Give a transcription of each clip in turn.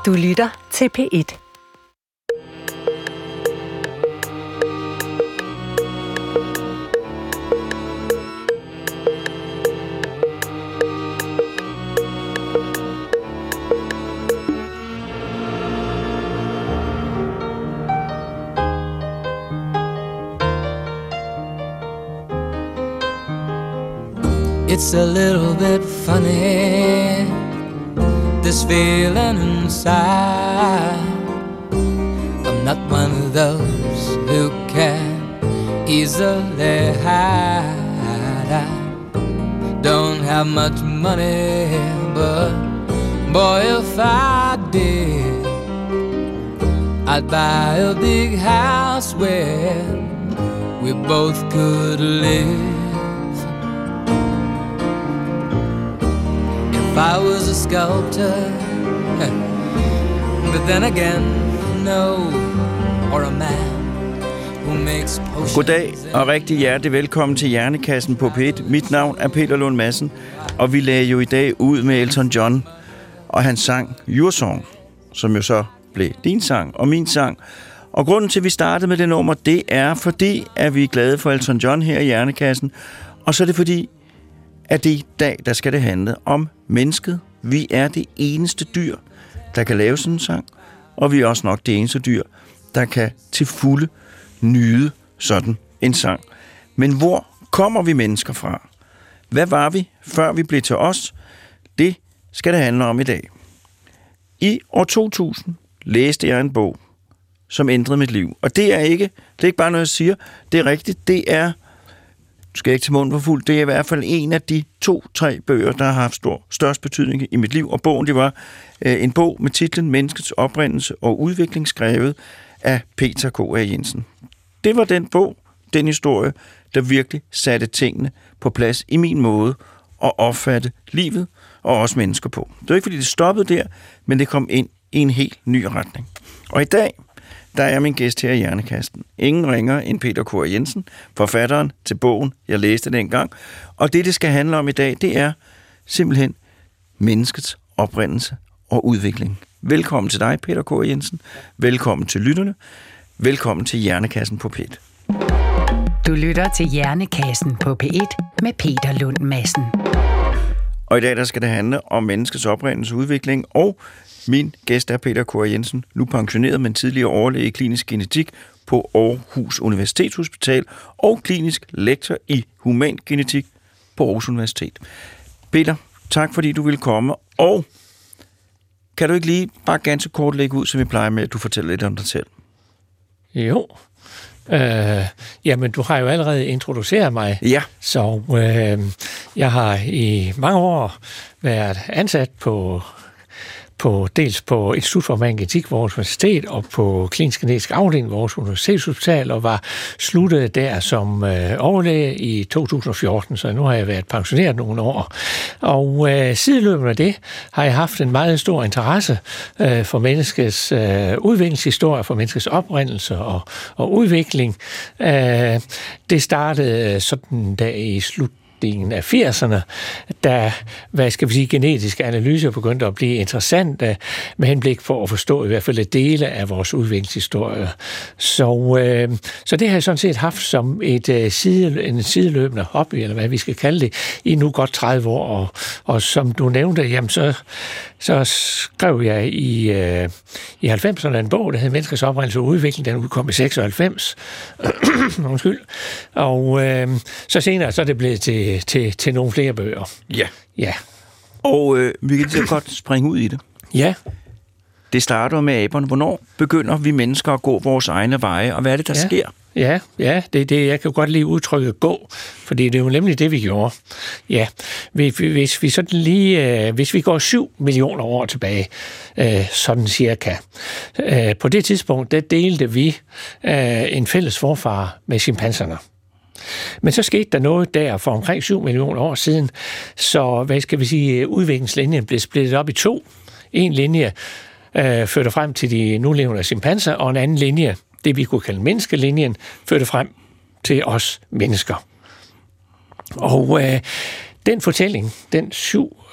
Du lytter til P1. It's a little bit funny, this feeling inside. I'm not one of those who can easily hide. I don't have much money, but boy, if I did, I'd buy a big house where we both could live. If I was a sculptor, but then again, no, or a man who makes potions. Goddag og rigtig hjertelig velkommen til Hjernekassen på P1. Mit navn er Peter Lund Madsen, og vi lagde jo i dag ud med Elton John og hans sang Your Song, som jo så blev din sang og min sang. Og grunden til, at vi startede med det nummer, det er fordi, at vi er glade for Elton John her i Hjernekassen, og så er det fordi, at det i dag, der skal det handle om mennesket. Vi er det eneste dyr, der kan lave sådan en sang, og vi er også nok det eneste dyr, der kan til fulde nyde sådan en sang. Men hvor kommer vi mennesker fra? Hvad var vi, før vi blev til os? Det skal det handle om i dag. I år 2000 læste jeg en bog, som ændrede mit liv. Og det er ikke bare noget, jeg siger. Det er rigtigt. Det er, du skal ikke til munden for fuld, det er i hvert fald en af de 2-3 bøger, der har haft størst betydning i mit liv. Og bogen, det var en bog med titlen Menneskets oprindelse og udvikling, skrevet af Peter K.A. Jensen. Det var den bog, den historie, der virkelig satte tingene på plads i min måde at opfatte livet og også mennesker på. Det var ikke, fordi det stoppede der, men det kom ind i en helt ny retning. Og i dag, der er min gæst her i Hjernekassen. Ingen ringer end Peter K. Jensen, forfatteren til bogen, jeg læste dengang. Og det skal handle om i dag, det er simpelthen menneskets oprindelse og udvikling. Velkommen til dig, Peter K. Jensen. Velkommen til lytterne. Velkommen til Hjernekassen på P1. Du lytter til Hjernekassen på P1 med Peter Lund Madsen. Og i dag, der skal det handle om menneskets oprindelse og udvikling, og min gæst er Peter K. Jensen, nu pensioneret, men tidligere overlæge i klinisk genetik på Aarhus Universitetshospital og klinisk lektor i human genetik på Aarhus Universitet. Peter, tak fordi du ville komme, og kan du ikke lige bare ganske kort lægge ud, som vi plejer med, at du fortæller lidt om dig selv? Jo. Jamen, du har jo allerede introduceret mig. Ja. Så jeg har i mange år været ansat dels på Institut for Human Genetik ved Aarhus Universitet og på klinisk genetisk afdeling ved Aarhus Universitetshospital, og var sluttet der som overlæge i 2014, så nu har jeg været pensioneret nogle år. Og sideløbende af det har jeg haft en meget stor interesse for menneskets udviklingshistorie, for menneskets oprindelse og udvikling. Det startede sådan der i af 80'erne, da, genetiske analyser begyndte at blive interessant med henblik for at forstå i hvert fald dele af vores udviklingshistorie. Så det har jeg sådan set haft som en sideløbende hobby, eller hvad vi skal kalde det, i nu godt 30 år. Og som du nævnte, jamen så skrev jeg i 90'erne en bog, der hed Menneskets oprindelse og udvikling. Den udkom i 96. Undskyld. Og så senere så er det blevet til nogle flere bøger. Ja. Ja. Og vi kan lige godt springe ud i det. Ja. Det starter med aberne. Hvornår begynder vi mennesker at gå vores egne veje, og hvad er det, der sker? Ja, jeg kan godt lide udtrykket gå, fordi det er jo nemlig det, vi gjorde. Ja, hvis vi sådan lige, hvis vi går 7 millioner år tilbage, sådan cirka, på det tidspunkt, der delte vi en fælles forfar med chimpanserne. Men så skete der noget der for omkring 7 millioner år siden, så udviklingslinjen blev splittet op i 2. En linje førte frem til de nulevende chimpanser, og en anden linje, det vi kunne kalde menneskelinjen, førte frem til os mennesker. Og den fortælling, den 7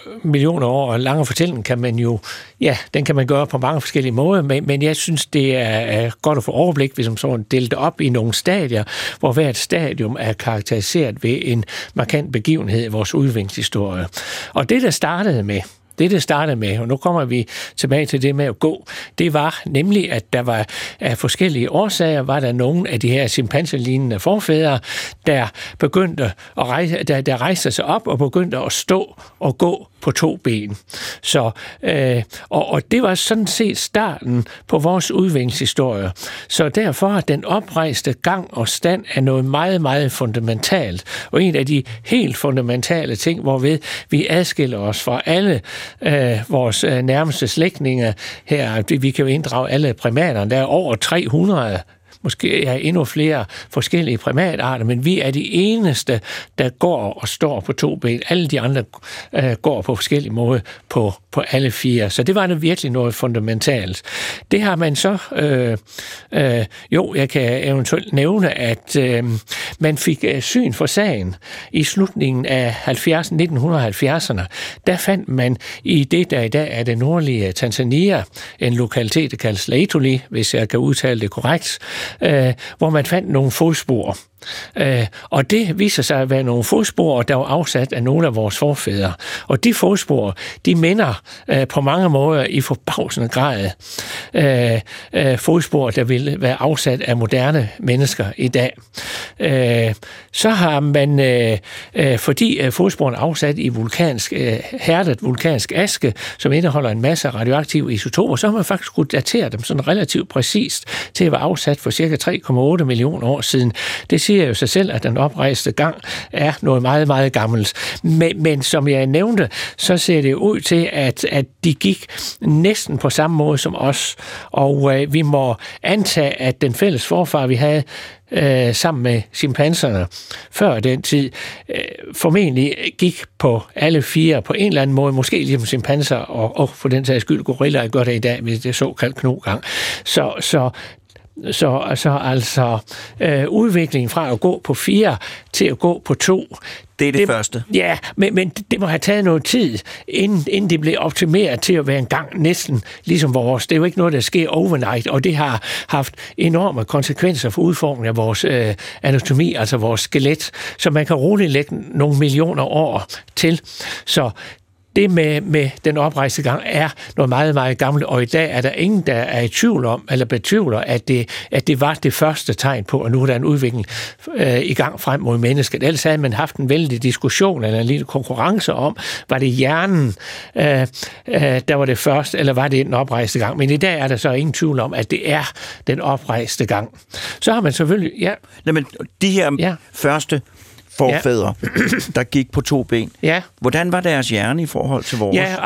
millioner år lange fortælling kan man jo, den kan man gøre på mange forskellige måder, men jeg synes, det er godt at få overblik, hvis man sådan deler det op i nogle stadier, hvor hvert stadium er karakteriseret ved en markant begivenhed i vores udviklingshistorie. Og det, der startede med, og nu kommer vi tilbage til det med at gå, det var nemlig, at der var af forskellige årsager, var der nogle af de her chimpanselignende forfædre, der begyndte at rejste sig op og begyndte at stå og gå på 2 ben. Så, og det var sådan set starten på vores udviklingshistorie. Så derfor er den oprejste gang og stand er noget meget, meget fundamentalt. Og en af de helt fundamentale ting, hvorved vi adskiller os fra alle vores nærmeste slægtninge her. Vi kan jo inddrage alle primaterne. Der er over 300 måske er endnu flere forskellige primatarter, men vi er de eneste, der går og står på 2 ben. Alle de andre går på forskellige måder på alle 4. Så det var virkelig noget fundamentalt. Det har man så... jeg kan eventuelt nævne, at man fik syn for sagen i slutningen af 1970'erne. Der fandt man i det, der i dag er det nordlige Tanzania, en lokalitet, der kaldes Laetoli, hvis jeg kan udtale det korrekt, hvor man fandt nogle fodspor. Og det viser sig at være nogle fodspor, der var afsat af nogle af vores forfædre. Og de fodspor, de minder på mange måder i forbavsende grad fodspor, der ville være afsat af moderne mennesker i dag. Så har man, fordi fodsporene er afsat i hærdet vulkansk aske, som indeholder en masse radioaktive isotoper, så har man faktisk kunne datere dem sådan relativt præcist til at være afsat for ca. 3,8 millioner år siden. Det siger jo sig selv, at den oprejste gang er noget meget, meget gammelt. Men som jeg nævnte, så ser det ud til, at de gik næsten på samme måde som os. Og vi må antage, at den fælles forfar, vi havde sammen med chimpanserne før den tid, formentlig gik på alle 4 på en eller anden måde, måske ligesom chimpanser og for den sags skyld gorillaer gør det i dag med det såkaldt knogang. Så udviklingen fra at gå på 4 til at gå på 2. Det er det første. Ja, men det må have taget noget tid, inden det blev optimeret til at være en gang næsten ligesom vores. Det er jo ikke noget, der sker overnight, og det har haft enorme konsekvenser for udformningen af vores anatomi, altså vores skelet, så man kan roligt lægge nogle millioner år til. Så det med den oprejste gang er noget meget, meget gammelt, og i dag er der ingen, der er i tvivl om, eller betvivler, at det var det første tegn på, at nu er der en udvikling i gang frem mod mennesket. Ellers havde man haft en vældig diskussion, eller en lille konkurrence om, var det hjernen, der var det første, eller var det den oprejste gang. Men i dag er der så ingen tvivl om, at det er den oprejste gang. Så har man selvfølgelig... Ja. Men de her første forfædre, der gik på 2 ben. Ja. Hvordan var deres hjerne i forhold til vores? Ja,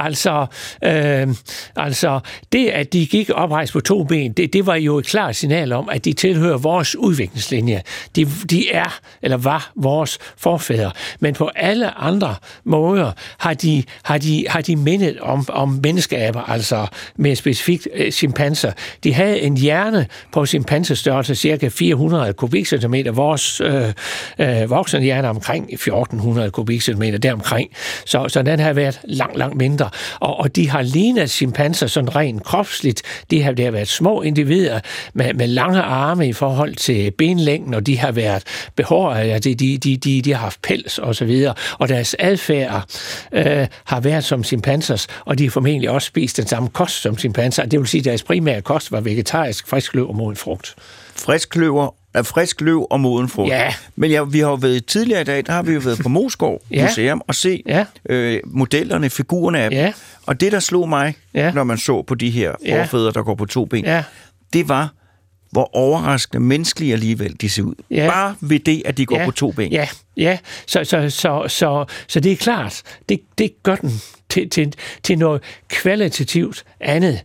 altså det, at de gik oprejst på 2 ben, det var jo et klart signal om, at de tilhører vores udviklingslinje. De er, eller var vores forfædre. Men på alle andre måder har de mindet om menneskeaber, altså mere specifikt chimpanser. De havde en hjerne på chimpansestørrelse, cirka 400 kubikcentimeter. Vores voksne hjerne omkring 1400 kubikcentimeter deromkring. Så den har været langt mindre. Og de har lignet chimpanser sådan rent kropsligt. De har været små individer med lange arme i forhold til benlængden, og de har været behårede. De har haft pels og så videre. Og deres adfærd har været som chimpansers, og de har formentlig også spist den samme kost som chimpanser. Det vil sige, at deres primære kost var vegetarisk, frisk løv og moden frugt. Frisk løv og moden frugt. Ja. Men vi har jo været tidligere i dag, der har vi jo været på Moesgaard Museum og se modellerne, figurerne af dem. Og det, der slog mig, når man så på de her forfædre, der går på 2 ben, det var, hvor overraskende menneskelige alligevel de ser ud. Ja. Bare ved det, at de går på 2 ben. Ja. Så det er klart, det gør den til noget kvalitativt andet.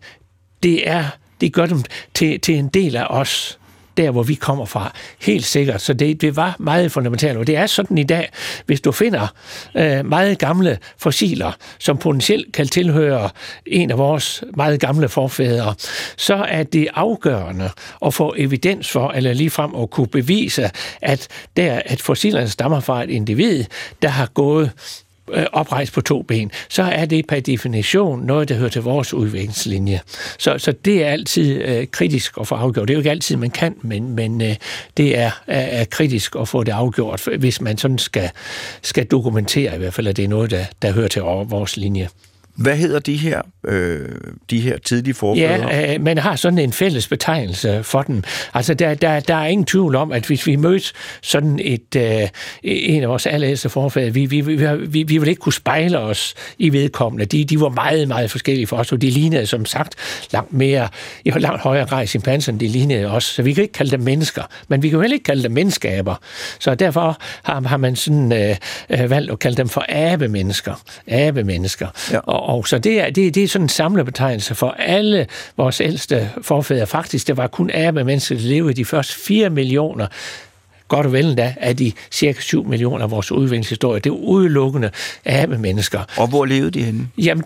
Det gør dem til en del af os, der hvor vi kommer fra, helt sikkert. Så det var meget fundamentalt, og det er sådan i dag, hvis du finder meget gamle fossiler, som potentielt kan tilhøre en af vores meget gamle forfædre, så er det afgørende at få evidens for, eller ligefrem at kunne bevise, at fossilerne stammer fra et individ, der har gået oprejst på 2 ben, så er det per definition noget, der hører til vores udviklingslinje. Så det er altid kritisk at få afgjort. Det er jo ikke altid, man kan, men det er kritisk at få det afgjort, hvis man sådan skal dokumentere i hvert fald, at det er noget, der hører til vores linje. Hvad hedder de her tidlige forfædre? Ja, man har sådan en fælles betegnelse for dem. Altså, der er ingen tvivl om, at hvis vi mødte sådan en af vores allerældste forfædre, vi ville ikke kunne spejle os i vedkommende. De var meget, meget forskellige for os, og de lignede, som sagt, i langt højere grad chimpanser, end de lignede os. Så vi kan ikke kalde dem mennesker, men vi kan jo heller ikke kalde dem menneskeaber. Så derfor har man sådan valgt at kalde dem for abemennesker. Ja. Og så det er sådan en samlebetegnelse for alle vores ældste forfædre. Faktisk, det var kun abemennesker, der levede de første 4 millioner, godt og vel endda, af de cirka 7 millioner af vores udviklingshistorie. Det er udelukkende abemennesker. Og hvor levede de henne? Jamen,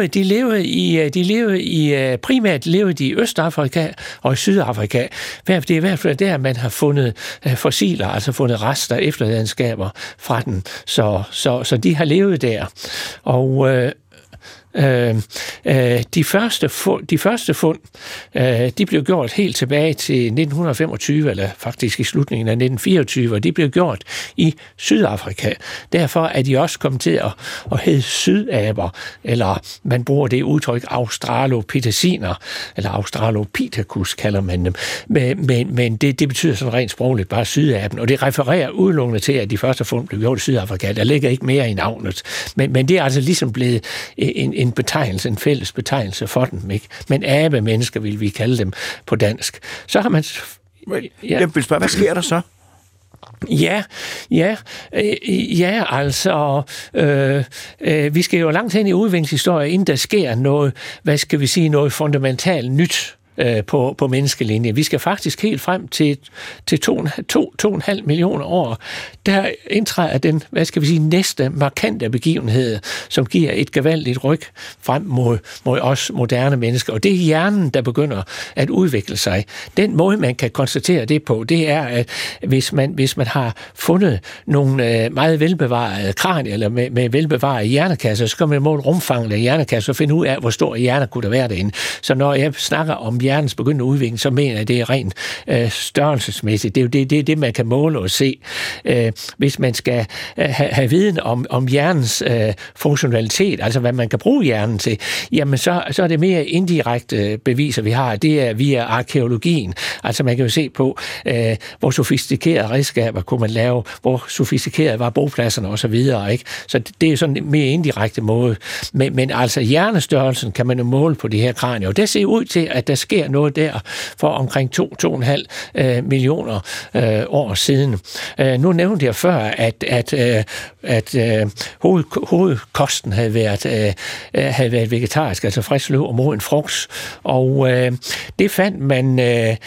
primært levede i Østafrika og i Sydafrika. Det er i hvert fald der, man har fundet fossiler, altså fundet rester, efterladenskaber fra den. Så de har levet der. Og de første fund, de blev gjort helt tilbage til 1925, eller faktisk i slutningen af 1924, og de blev gjort i Sydafrika. Derfor er de også kommet til at hedde sydaber, eller man bruger det udtryk australopitheciner, eller australopithecus kalder man dem. Men det betyder sådan rent sprogligt bare sydaben, og det refererer udelukkende til, at de første fund blev gjort i Sydafrika. Der ligger ikke mere i navnet. Men det er altså ligesom blevet en betegnelse, en fælles betegnelse for dem, ikke? Men abemennesker vil vi kalde dem på dansk. Så har man... Ja. Jeg vil spørge, hvad sker der så? Vi skal jo langt hen i udviklingshistorie, inden der sker noget, noget fundamentalt nyt på menneskelinje. Vi skal faktisk helt frem til 2,5 millioner år. Der indtræder den, næste markante begivenhed, som giver et gevaldigt ryg frem mod os moderne mennesker. Og det er hjernen, der begynder at udvikle sig. Den måde, man kan konstatere det på, det er, at hvis man har fundet nogle meget velbevarede kranier, eller med velbevarede hjernekasser, så kan man måle rumfanget af hjernekasser og finde ud af, hvor stor hjerne kunne der være derinde. Så når jeg snakker om hjernens begyndende udvikling, så mener jeg, det er rent størrelsesmæssigt. Det er det, man kan måle og se. Hvis man skal have viden om hjernens funktionalitet, altså hvad man kan bruge hjernen til, jamen så er det mere indirekte beviser, vi har. Det er via arkæologien. Altså man kan jo se på, hvor sofistikerede redskaber kunne man lave, hvor sofistikerede var bopladserne osv. Ikke? Så det er sådan en mere indirekte måde. Men altså hjernestørrelsen kan man jo måle på de her kranier. Og det ser ud til, at der sker noget der for omkring 2,5 millioner år siden. Nu nævnte jeg før, at hovedkosten havde været vegetarisk, altså frisk løv og moden frugt, og det fandt man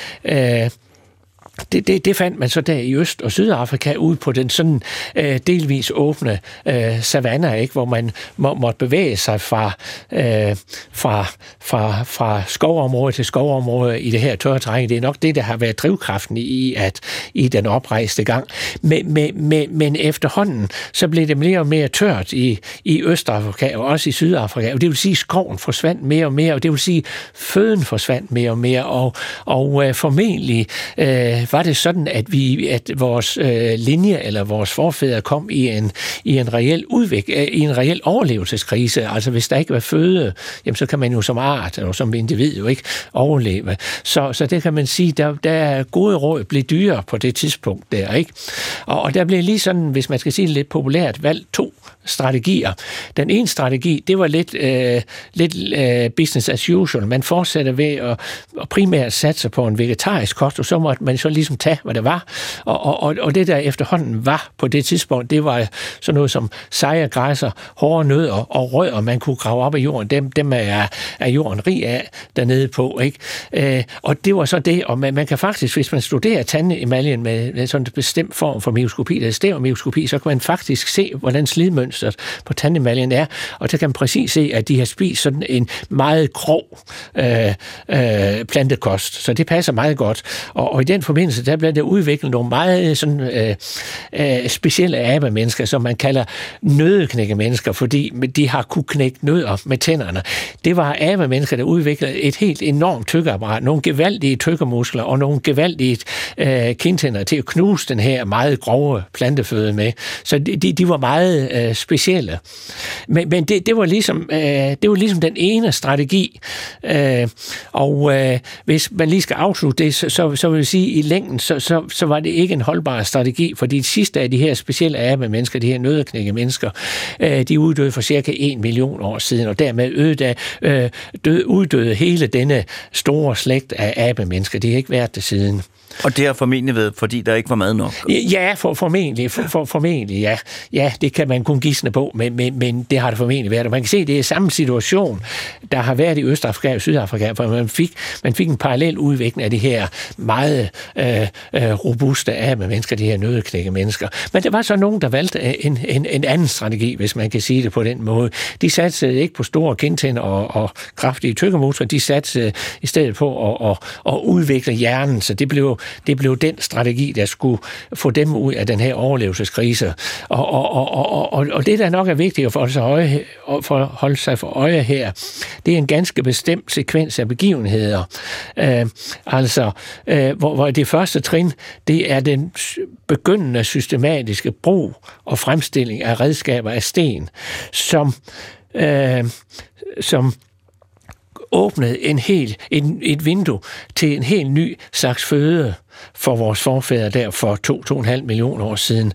Det fandt man så der i Øst- og Sydafrika ude på den sådan delvis åbne savanner, ikke, hvor man måtte bevæge sig fra skovområde til skovområde i det her tørre terræn. Det er nok det, der har været drivkraften i den oprejste gang. Men efterhånden, så blev det mere og mere tørt i Østafrika og også i Sydafrika. Og det vil sige, at skoven forsvandt mere og mere, og det vil sige, at føden forsvandt mere og mere, og formentlig var det sådan, at vores linje eller vores forfædre kom i en reel overlevelseskrise. Altså hvis der ikke var føde, jamen så kan man jo som art eller som individ jo ikke overleve. Så det kan man sige, der gode råd blev dyre på det tidspunkt der, ikke? Og der blev lige sådan, hvis man skal sige lidt populært, valgt 2 strategier. Den ene strategi, det var lidt business as usual. Man fortsatte ved at primært satse på en vegetarisk kost, og så måtte man så ligesom tage, hvad det var. Og det, der efterhånden var på det tidspunkt, det var sådan noget som seje græsser, hårde nødder og rødder, man kunne grave op af jorden. Dem er jorden rig af dernede på, ikke? Og det var så det, og man kan faktisk, hvis man studerer tandemaljen med sådan en bestemt form for mikroskopi, der er stereomikroskopi, så kan man faktisk se, hvordan slidmønstret mønstret på tandemaljen er, og der kan man præcis se, at de har spist sådan en meget grov plantekost, så det passer meget godt. Og i den forbindelse, der bliver der udviklet nogle meget sådan, specielle abemennesker, som man kalder nøddeknækkemennesker, fordi de har kunne knække nødder med tænderne. Det var abemennesker, der udviklede et helt enormt tykkeapparat, nogle gevaldige tykkermuskler og nogle gevaldige kindtænder til at knuse den her meget grove planteføde med. Så de var meget specielle. Men det var ligesom den ene strategi. Og hvis man lige skal afslutte det, så vil jeg sige, at i længden, så var det ikke en holdbar strategi, fordi de sidste af de her specielle abemennesker, de her nøddeknækkemennesker, de uddøde for cirka 1 million år siden, og dermed uddøde hele denne store slægt af abemennesker. Det har ikke været det siden. Og det har formentlig været, fordi der ikke var mad nok? Ja, formentlig, ja. Ja, det kan man kun gisne på, men det har det formentlig været. Og man kan se, det er samme situation, der har været i Østafrika og Sydafrika, for man fik en parallel udvikling af de her meget robuste abemennesker, de her nøddeknækkemennesker. Men der var så nogen, der valgte en anden strategi, hvis man kan sige det på den måde. De satte ikke på store kindtænder og kraftige tykkermuskler, de satte i stedet på at udvikle hjernen, så det blev den strategi, der skulle få dem ud af den her overlevelseskrise. Og det, der nok er vigtigt at holde sig for øje her, det er en ganske bestemt sekvens af begivenheder. Hvor det første trin, det er den begyndende systematiske brug og fremstilling af redskaber af sten, som åbnede et vindue til en helt ny slags føde for vores forfædre der for 2,5 millioner år siden.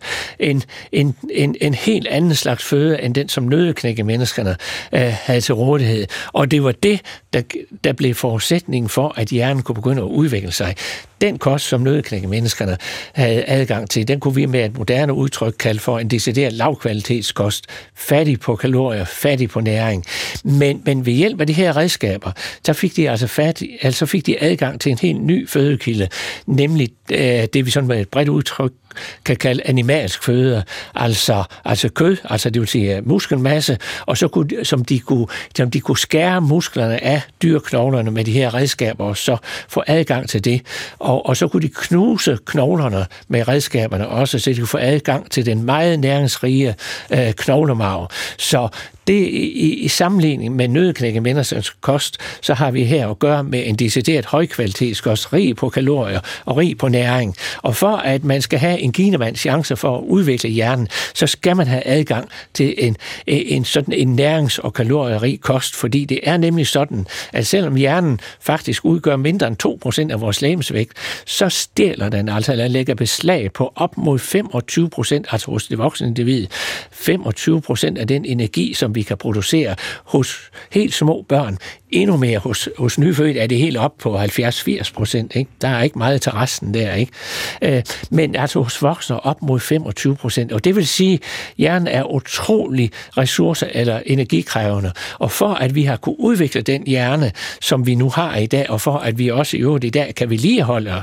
En helt anden slags føde, end den, som nøddeknækkemenneskerne havde til rådighed. Og det var det, der blev forudsætningen for, at hjernen kunne begynde at udvikle sig. Den kost, som nøddeknækkemenneskerne havde adgang til, den kunne vi med et moderne udtryk kalde for en decideret lavkvalitetskost. Fattig på kalorier, fattig på næring. Men ved hjælp af de her redskaber, så fik de adgang til en helt ny fødekilde, nemlig det, vi sådan med et bredt udtryk kan kalde animalsk føde, altså kød, altså det vil sige muskelmasse, og så som de kunne skære musklerne af dyrknoglerne med de her redskaber, og så få adgang til det, og så kunne de knuse knoglerne med redskaberne også, så de kunne få adgang til den meget næringsrige knoglemarv. Så det i sammenligning med nøddeknækkemenneskers kost, så har vi her at gøre med en decideret højkvalitetskost, rig på kalorier og rig på næring. Og for at man skal have en kinamands chance for at udvikle hjernen, så skal man have adgang til sådan en nærings- og kalorierig kost, fordi det er nemlig sådan, at selvom hjernen faktisk udgør mindre end 2% af vores legemsvægt, så stjæler den eller lægger beslag på op mod 25%, altså hos det voksne individ, 25% af den energi, som vi kan producere hos helt små børn. Endnu mere hos nyfødte er det helt op på 70-80%. Ikke? Der er ikke meget til resten der. Ikke? Men altså hos voksne op mod 25%. Og det vil sige, at hjernen er utrolig ressource- eller energikrævende. Og for at vi har kunne udvikle den hjerne, som vi nu har i dag, og for at vi også i øvrigt i dag kan vedligeholde,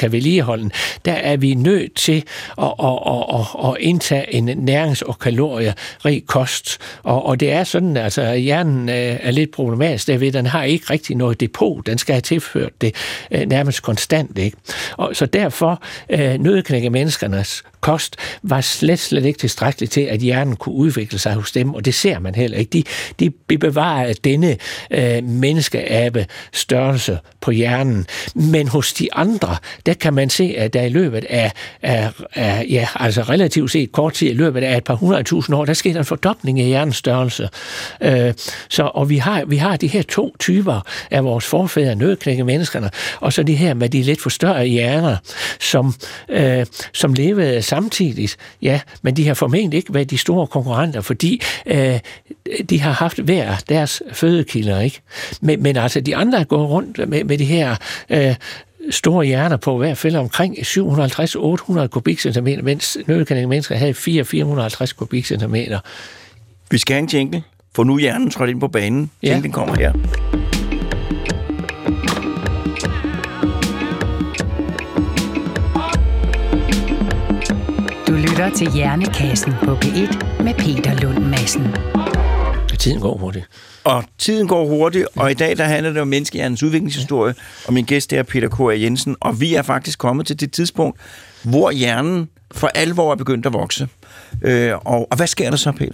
der er vi nødt til at indtage en nærings- og kalorierig kost. Og det er sådan, altså hjernen er lidt problematisk derved, den har ikke rigtig noget depot, den skal have tilført det nærmest konstant, ikke? Og så derfor nøddeknækkemenneskernes kost var slet ikke tilstrækkeligt til, at hjernen kunne udvikle sig hos dem, og det ser man heller ikke. De bevarer denne menneskeabe størrelse på hjernen, men hos de andre, der kan man se, at der i løbet af altså relativt set kort tid, i løbet af et par 100.000 år, der sker en fordobling af hjernens størrelse. Og vi har de her to typer af vores forfædre, nøddeknækkemenneskerne, og så de her med de lidt forstørrede hjerner, som levede samtidigt, ja, men de har formentlig ikke været de store konkurrenter, fordi de har haft hver deres fødekilder, ikke? Men altså de andre går rundt med de her store hjerner på i hvert fald omkring 750-800 kubikcentimeter, mens nøddeknækkemennesker havde 450 kubikcentimeter. Vi skal have en jingle, for nu er hjernen trådt ind på banen. Ja. Jinglen kommer her. Du lytter lytter til Hjernekassen på P1 med Peter Lund Madsen. Tiden går hurtigt. Og tiden går hurtigt, og i dag der handler det om menneskehjernens udviklingshistorie, og min gæst er Peter K. A. Jensen, og vi er faktisk kommet til det tidspunkt, hvor hjernen for alvor er begyndt at vokse. Og hvad sker der så, Peter?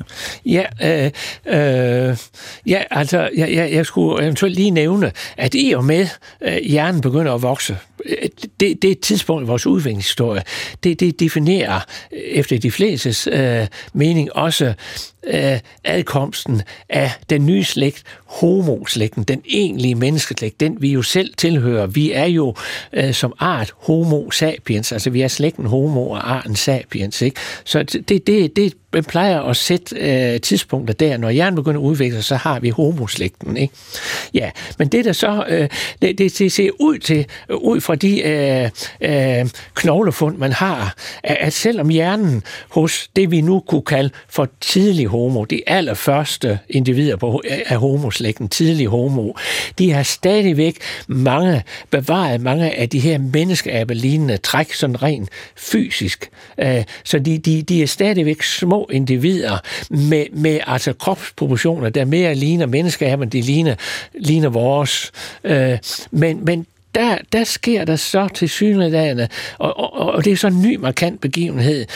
Jeg skulle eventuelt lige nævne, at i og med hjernen begynder at vokse, det er et tidspunkt i vores udviklingshistorie. Det definerer efter de flestes mening også adkomsten af den nye slægt, homoslægten, den egentlige menneskeslægt, den vi jo selv tilhører. Vi er jo som art homo sapiens, altså vi er slægten homo og arten sapiens, ikke? Så det plejer at sætte tidspunkter der. Når hjernen begynder at udvikle sig, så har vi homoslægten, ikke? Ja, men det der så, det ser ud fra de knoglefund, man har, at selvom hjernen hos det, vi nu kunne kalde for tidlig homo, de allerførste individer af homoslægten, tidlig homo, de har stadigvæk bevaret mange af de her menneskeabelignende træk, sådan rent fysisk. Så de er stadigvæk små individer med altså kropsproportioner, der mere ligner menneskeaben, de ligner vores. Men der sker der så til synligheden, og det er så en ny markant begivenhed,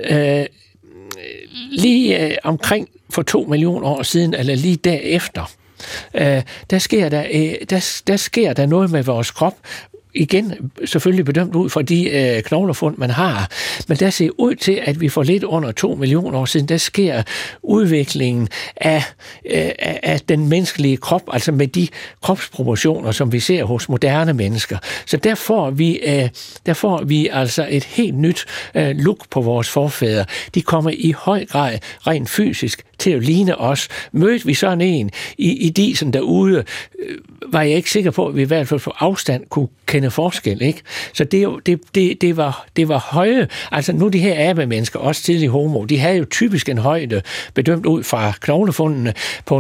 lige omkring for 2 millioner år siden, eller lige derefter, der sker der noget med vores krop. Igen selvfølgelig bedømt ud fra de knoglefund, man har. Men der ser ud til, at vi for lidt under 2 millioner år siden, der sker udviklingen af den menneskelige krop, altså med de kropsproportioner, som vi ser hos moderne mennesker. Så der får vi altså et helt nyt look på vores forfædre. De kommer i høj grad rent fysisk til at ligne os. Mødte vi sådan en i disen derude, var jeg ikke sikker på, at vi i hvert fald på afstand kunne kende forskel, ikke? Så det var høje, altså nu de her abemennesker, også tidlige homo, de havde jo typisk en højde, bedømt ud fra knoglefundene, på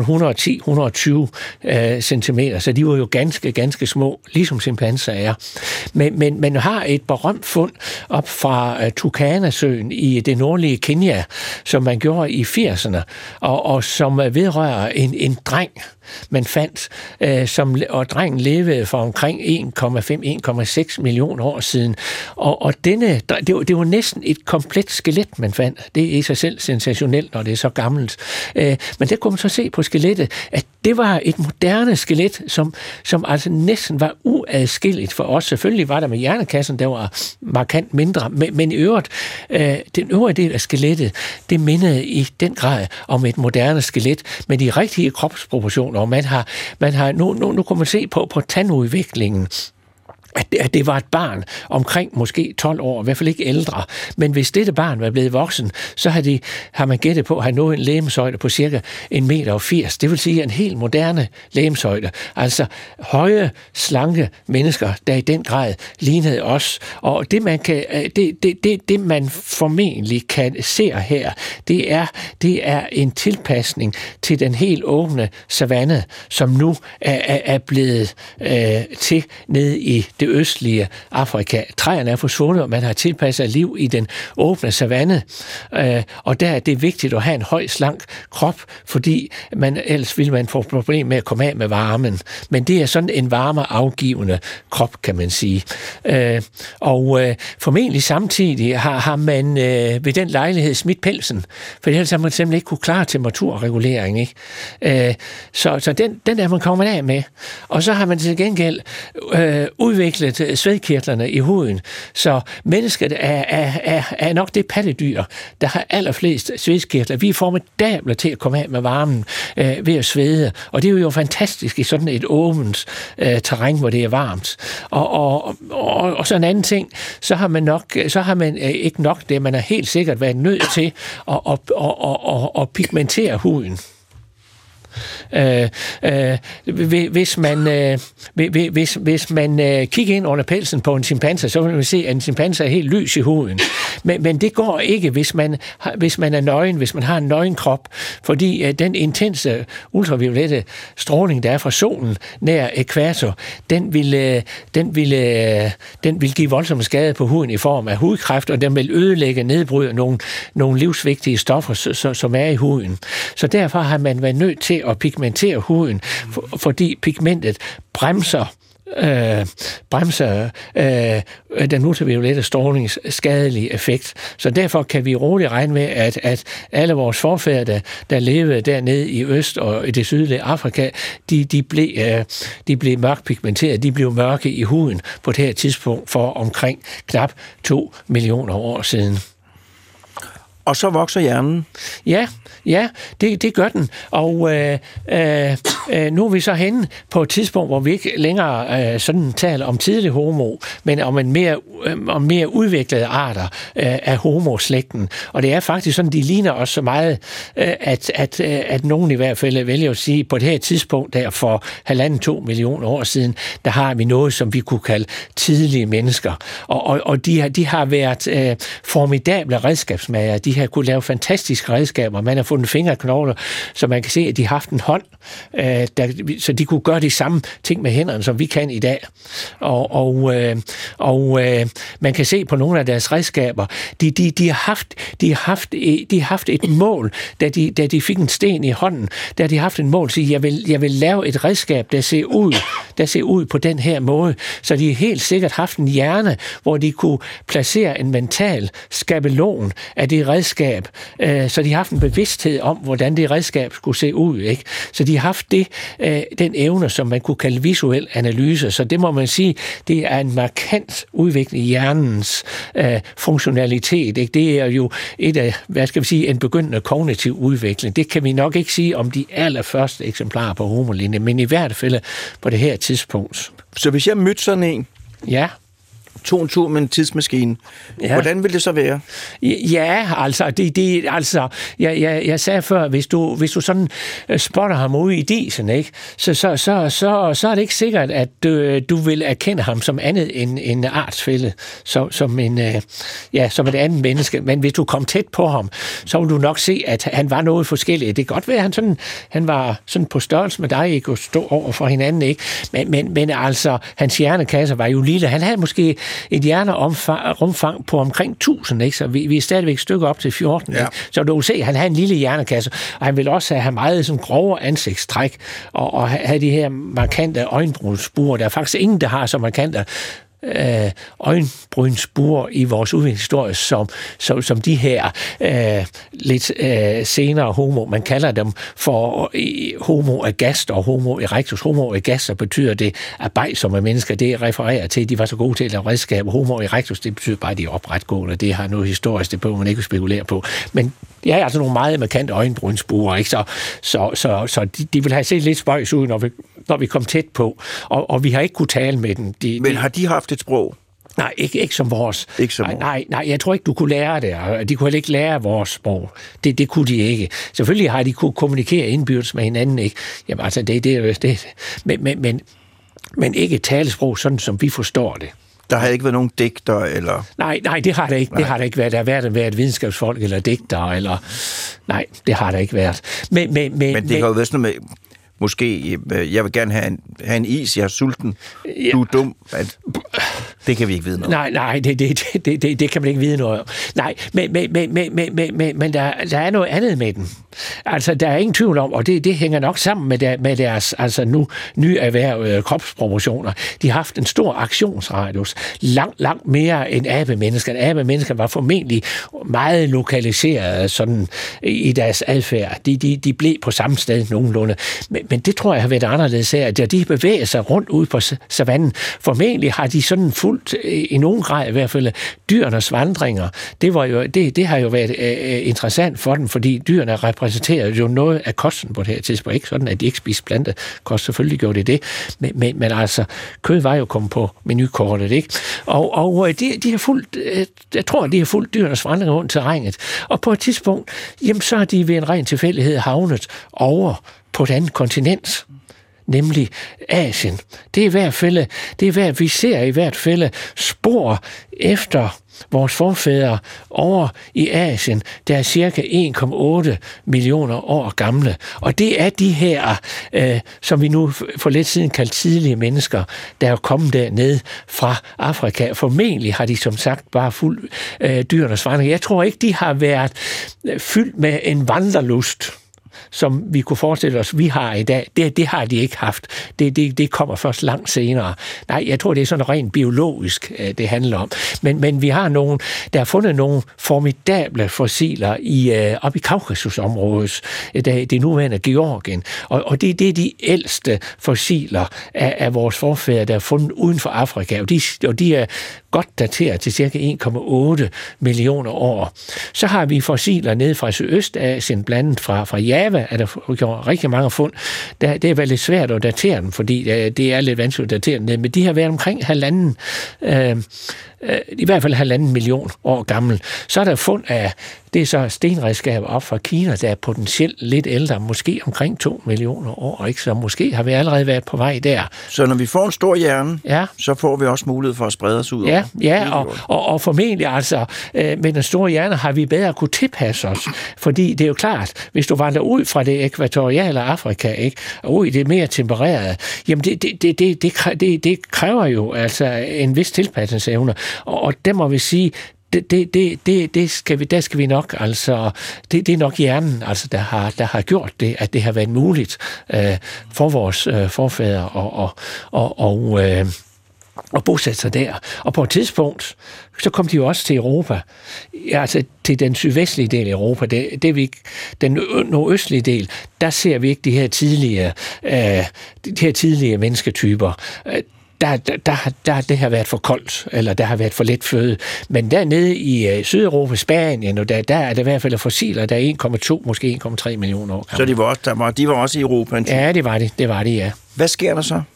110-120 centimeter, så de var jo ganske små, ligesom chimpanser er. Men man har et berømt fund op fra Turkana-søen i det nordlige Kenya, som man gjorde i 80'erne, og som vedrører en dreng, man fandt, og drengen levede for omkring 1,5-1,6 millioner år siden. Og det var næsten et komplet skelet, man fandt. Det er i sig selv sensationelt, når det er så gammelt. Men der kunne man så se på skelettet, at det var et moderne skelet, som altså næsten var uadskilligt for os. Selvfølgelig var der med hjernekassen, der var markant mindre, men i øvrigt, den øvrige del af skelettet, det mindede i den grad om et moderne skelet med de rigtige kropsproportioner. Og man har nu kunne man se på tandudviklingen, at det var et barn omkring måske 12 år, i hvert fald ikke ældre. Men hvis dette barn var blevet voksen, så har man gættet på at have nået en legemshøjde på cirka 1,80 meter. Det vil sige en helt moderne legemshøjde. Altså høje, slanke mennesker, der i den grad lignede os. Og det man formentlig kan se her, det er en tilpasning til den helt åbne savanne, som nu er blevet til nede i det østlige Afrika. Træerne er forsvundet, og man har tilpasset liv i den åbne savanne. Og der er det vigtigt at have en høj, slank krop, fordi ellers vil man få problem med at komme af med varmen. Men det er sådan en varmeafgivende krop, kan man sige. Formentlig samtidig har man ved den lejlighed smidt pelsen, for ellers har man simpelthen ikke kunne klare temperaturregulering, ikke? Så den er man kommet af med. Og så har man til gengæld udviklet svedkirtlerne i huden. Så mennesket er nok det pattedyr, der har allerflest svedkirtler. Vi er formidable til at komme af med varmen ved at svede. Og det er jo fantastisk i sådan et åbent terræn, hvor det er varmt. Og så en anden ting, så har man ikke nok det, man er helt sikkert været nødt til at pigmentere huden. Hvis man kigger ind under pelsen på en chimpanse, så vil man se, at en chimpanse er helt lys i huden. Men det går ikke, hvis man er nøgen, hvis man har en nøgen krop, fordi den intense ultraviolette stråling, der er fra solen nær ækvator, den vil give voldsomme skade på huden i form af hudkræft, og den vil ødelægge, nedbryde nogle livsvigtige stoffer, som er i huden. Så derfor har man været nødt til at pigmentere huden, fordi pigmentet bremser den ultraviolette strålings skadelige effekt. Så derfor kan vi roligt regne med, at alle vores forfædre, der levede dernede i Øst og i det sydlige Afrika, de blev mørkt pigmenteret, de blev mørke i huden på det her tidspunkt for omkring knap 2 millioner år siden. Og så vokser hjernen? Ja, det gør den. Og nu er vi så henne på et tidspunkt, hvor vi ikke længere sådan taler om tidlig homo, men om mere udviklede arter af homoslægten. Og det er faktisk sådan, de ligner os så meget, at nogen i hvert fald vælger at sige, på det her tidspunkt der for 1,5-2 millioner år siden, der har vi noget, som vi kunne kalde tidlige mennesker. Og de har været formidable redskabsmager. De har kunne lave fantastiske redskaber. Man har fundet fingerknogler, så man kan se, at de har haft en hånd, så de kunne gøre de samme ting med hænderne, som vi kan i dag. Og man kan se på nogle af deres redskaber, de har haft et mål, da de fik en sten i hånden, da de har haft et mål, at sige, jeg vil lave et redskab, der ser ud på den her måde. Så de har helt sikkert haft en hjerne, hvor de kunne placere en mental skabelon af det redskab, så de har haft en bevidsthed om, hvordan det redskab skulle se ud, ikke? Så de har haft den evne, som man kunne kalde visuel analyse. Så det må man sige, det er en markant udvikling i hjernens funktionalitet, ikke? Det er jo en begyndende kognitiv udvikling. Det kan vi nok ikke sige om de allerførste eksemplarer på homolinje, men i hvert fald på det her tidspunkt. Så hvis jeg mødte sådan en, tog en tur med en tidsmaskine, hvordan vil det så være? Ja, altså, jeg sagde før, hvis du sådan spotter ham ude i disen, ikke, så er det ikke sikkert, at du vil erkende ham som andet end en artsfælle, som et andet menneske. Men hvis du kom tæt på ham, så vil du nok se, at han var noget forskelligt. Det kan godt være, at han var sådan på størrelse med dig, ikke, og stå over for hinanden, ikke? Men altså, hans hjernekasse var jo lille. Han havde måske et hjernerumfang på omkring 1000, ikke? Så vi er stadigvæk et stykke op til 14. Ja. Så du kan se, at han havde en lille hjernekasse, og han ville også have meget sådan grove ansigtstræk, og have de her markante øjenbrynsbuer. Der er faktisk ingen, der har så markante øjenbrynsbuer i vores udviklingshistorie, som de her lidt senere homo. Man kalder dem for homo agast og homo erectus. Homo agast, så betyder det arbejdsomme mennesker. Det refererer til, at de var så gode til at lave redskaber. Homo erectus, det betyder bare, at de er opretgående. Det har noget historisk, det behøver man ikke spekulere på. Men de har altså nogle meget markante øjenbrynsbuer, ikke? Så de vil have set lidt spøjs ud, når vi kom tæt på. Og vi har ikke kunne tale med dem. Men har de haft et sprog? Nej, ikke som vores. Ikke som nej, jeg tror ikke, du kunne lære det. Og de kunne heller ikke lære vores sprog. Det kunne de ikke. Selvfølgelig har de kunne kommunikere indbyrdes med hinanden, ikke? Jamen altså, det. Men ikke talesprog, sådan som vi forstår det. Der har ikke været nogen digter, eller? Nej, det har der ikke. Nej. Det har der ikke været. Der har været videnskabsfolk eller digter, eller... Nej, det har der ikke været. Men det kan jo være sådan noget med... Måske, jeg vil gerne have en is, jeg er sulten. Ja. Du er dum. Det kan vi ikke vide noget om. Nej, det kan man ikke vide noget om. Nej, men der er noget andet med den. Altså, der er ingen tvivl om, og det hænger nok sammen med deres altså nu nyerhvervede kropsproportioner. De har haft en stor aktionsradius, langt mere end abemennesker. Abemennesker var formentlig meget lokaliseret sådan i deres adfærd. De blev på samme sted nogenlunde. Men det tror jeg har været anderledes her, at de bevæger sig rundt ude på savannen. Formentlig har de sådan fulgt i nogen grad i hvert fald dyrenes vandringer. Det har jo været interessant for dem, fordi dyrene repræsenterer jo noget af kosten på det her tidspunkt. Ikke sådan, at de ikke spiser plantekost, selvfølgelig gjorde det. Men altså, kød var jo kommet på menukortet, ikke? Og de har fulgt, jeg tror, de har fulgt dyrenes vandringer rundt terrænet. Og på et tidspunkt, jamen, så har de ved en ren tilfældighed havnet over på et andet kontinent, nemlig Asien. Det er i hvert fald, vi ser i hvert fald spor efter vores forfædre over i Asien, der er cirka 1,8 millioner år gamle. Og det er de her, som vi nu for lidt siden kaldte tidlige mennesker, der er kommet derned fra Afrika. Formentlig har de som sagt bare fuldt dyrenes vandring. Jeg tror ikke, de har været fyldt med en vandrelust, som vi kunne forestille os, vi har i dag. Det har de ikke haft. Det kommer først langt senere. Nej, jeg tror, det er sådan rent biologisk, det handler om. Men vi har der er fundet nogle formidable fossiler op i Kaukasusområdet, det nuværende Georgien. Og det er de ældste fossiler af vores forfædre, der er fundet uden for Afrika. Og de er godt dateret til cirka 1,8 millioner år. Så har vi fossiler nede fra Sydøstasien, blandt fra Java, er der gjort rigtig mange fund. Det er vel lidt svært at datere dem, fordi det er lidt vanskeligt at datere dem, men de har været omkring i hvert fald 1,5 million år gammel. Så er der fund af, det er så stenredskaber op fra Kina, der er potentielt lidt ældre, måske omkring 2 millioner år, ikke? Så måske har vi allerede været på vej der. Så når vi får en stor hjerne, så får vi også mulighed for at sprede os ud over. Ja, og formentlig altså, med den store hjerne har vi bedre kunne tilpasse os, fordi det er jo klart, hvis du vandrer ud fra det ekvatoriale Afrika, ikke, og ud i det mere tempererede, jamen det kræver jo altså en vis tilpasningsevne, og der må vi sige, der skal vi nok, altså, det er nok hjernen, altså, der har gjort det, at det har været muligt for vores forfædre og bosætte sig der. Og på et tidspunkt, så kom de jo også til Europa, altså til den sydvestlige del af Europa, den nordøstlige del, der ser vi ikke de her tidlige mennesketyper. Der det har været for koldt, eller der har været for lidt føde. Men dernede i Sydeuropa, Spanien, og der er der i hvert fald fossiler, der er 1,2, måske 1,3 millioner år. Så de var også i Europa? Ja, det var det, ja. Hvad sker der så?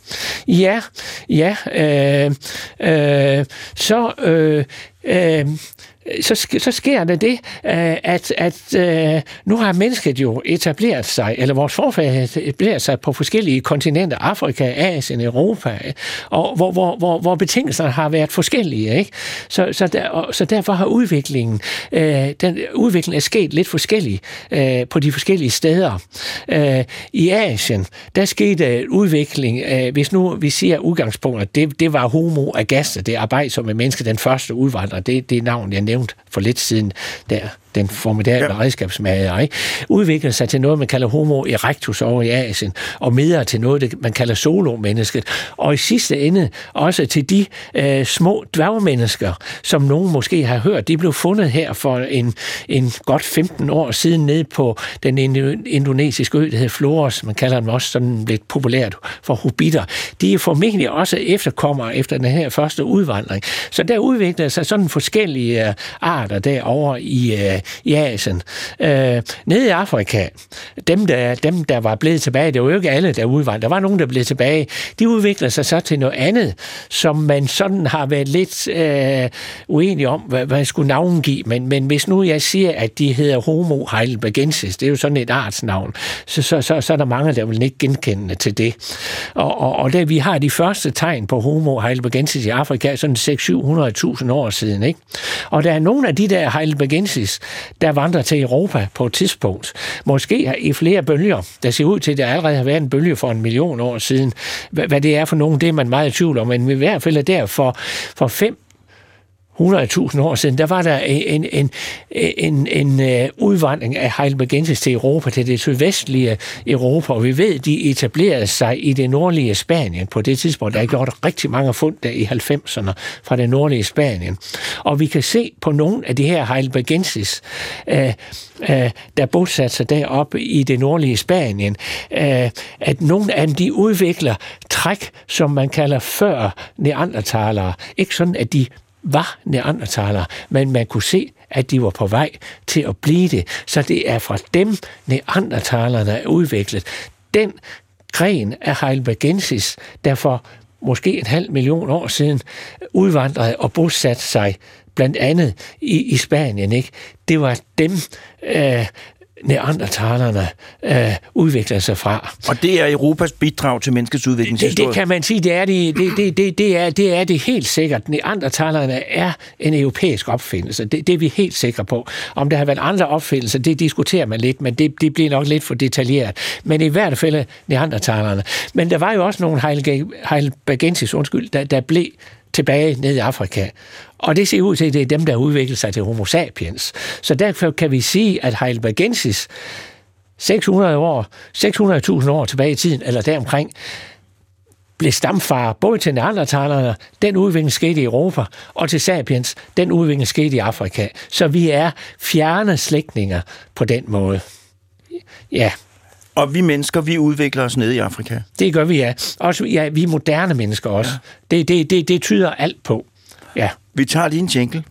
Så sker der det, at nu har mennesket jo etableret sig, eller vores forfædre har etableret sig på forskellige kontinenter, Afrika, Asien, Europa, og hvor betingelserne har været forskellige, ikke? Så derfor har udviklingen er sket lidt forskellig på de forskellige steder. I Asien, der skete udvikling, hvis nu vi siger udgangspunktet, det var Homo agaster, det arbejdsomme menneske, den første udvandrer, det er navn, jeg nævnte for lidt siden, der den formidable redskabsmager, ikke? Udviklede sig til noget, man kalder Homo erectus over i Asien, og videre til noget, man kalder solomennesket, og i sidste ende også til de små dværgmennesker, som nogen måske har hørt, de blev fundet her for en godt 15 år siden nede på den indonesiske ø, der hedder Flores, man kalder dem også sådan lidt populært for hobitter. De er formentlig også efterkommere efter den her første udvandring. Så der udviklede sig sådan forskellige arter derovre i Asien. Nede i Afrika, dem der var blevet tilbage, det var jo ikke alle, der udvandrede. Der var nogen, der blev tilbage. De udviklede sig så til noget andet, som man sådan har været lidt uenige om, hvad man skulle navngive. Men hvis nu jeg siger, at de hedder Homo heidelbergensis, det er jo sådan et artsnavn, så er der mange, der vil ikke genkende til det. Og da vi har de første tegn på Homo heidelbergensis i Afrika, sådan 600-700.000 år siden, ikke? Og der er nogle af de der heidelbergensis, der vandrer til Europa på et tidspunkt. Måske i flere bølger. Der ser ud til, at der allerede har været en bølge for 1 million år siden. Hvad det er for nogen, det er man meget i tvivl om, men i hvert fald er der for 100.000 år siden, der var der en udvandring af heidelbergensis til Europa, til det sydvestlige Europa, og vi ved, de etablerede sig i det nordlige Spanien på det tidspunkt. Der er gjort rigtig mange fund der i 90'erne fra det nordlige Spanien. Og vi kan se på nogle af de her heidelbergensis, der bosatte sig deroppe i det nordlige Spanien, at nogle af dem, de udvikler træk, som man kalder før neandertalere. Ikke sådan, at de var neandertalere, men man kunne se, at de var på vej til at blive det. Så det er fra dem, neandertalerne er udviklet. Den gren af heidelbergensis, der for måske 500.000 år siden udvandrede og bosatte sig blandt andet i Spanien, ikke? Det var dem, neandertalerne udviklede sig fra. Og det er Europas bidrag til menneskets udviklingshistorie? Det kan man sige, det er det helt sikkert. Neandertalerne er en europæisk opfindelse. Det er vi helt sikre på. Om der har været andre opfindelser, det diskuterer man lidt, men det bliver nok lidt for detaljeret. Men i hvert fald neandertalerne. Men der var jo også nogle heidelbergensis, der blev tilbage ned i Afrika. Og det ser ud til, at det er dem, der udvikler sig til Homo sapiens. Så derfor kan vi sige, at heidelbergensis 600.000 år tilbage i tiden, eller deromkring, blev stamfar både til neandertalerne, den udvikling skete i Europa, og til sapiens, den udvikling skete i Afrika. Så vi er fjerne slægtninge på den måde. Ja. Og vi mennesker, vi udvikler os nede i Afrika? Det gør vi, ja. Også, ja, vi er moderne mennesker også. Ja. Det tyder alt på. Ja. Vi tager lige en jingle.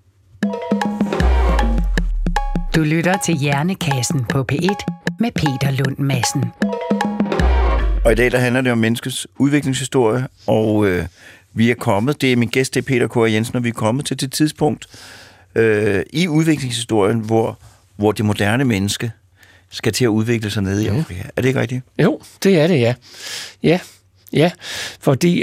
Du lytter til Hjernekassen på P1 med Peter Lund Madsen. Og i dag der handler det om menneskets udviklingshistorie, og vi er kommet, det er min gæst, det er Peter K. Jensen, og vi er kommet til det tidspunkt i udviklingshistorien, hvor det moderne menneske skal til at udvikle sig nede i Afrika. Er det ikke rigtigt? Jo, det er det, ja. Ja, fordi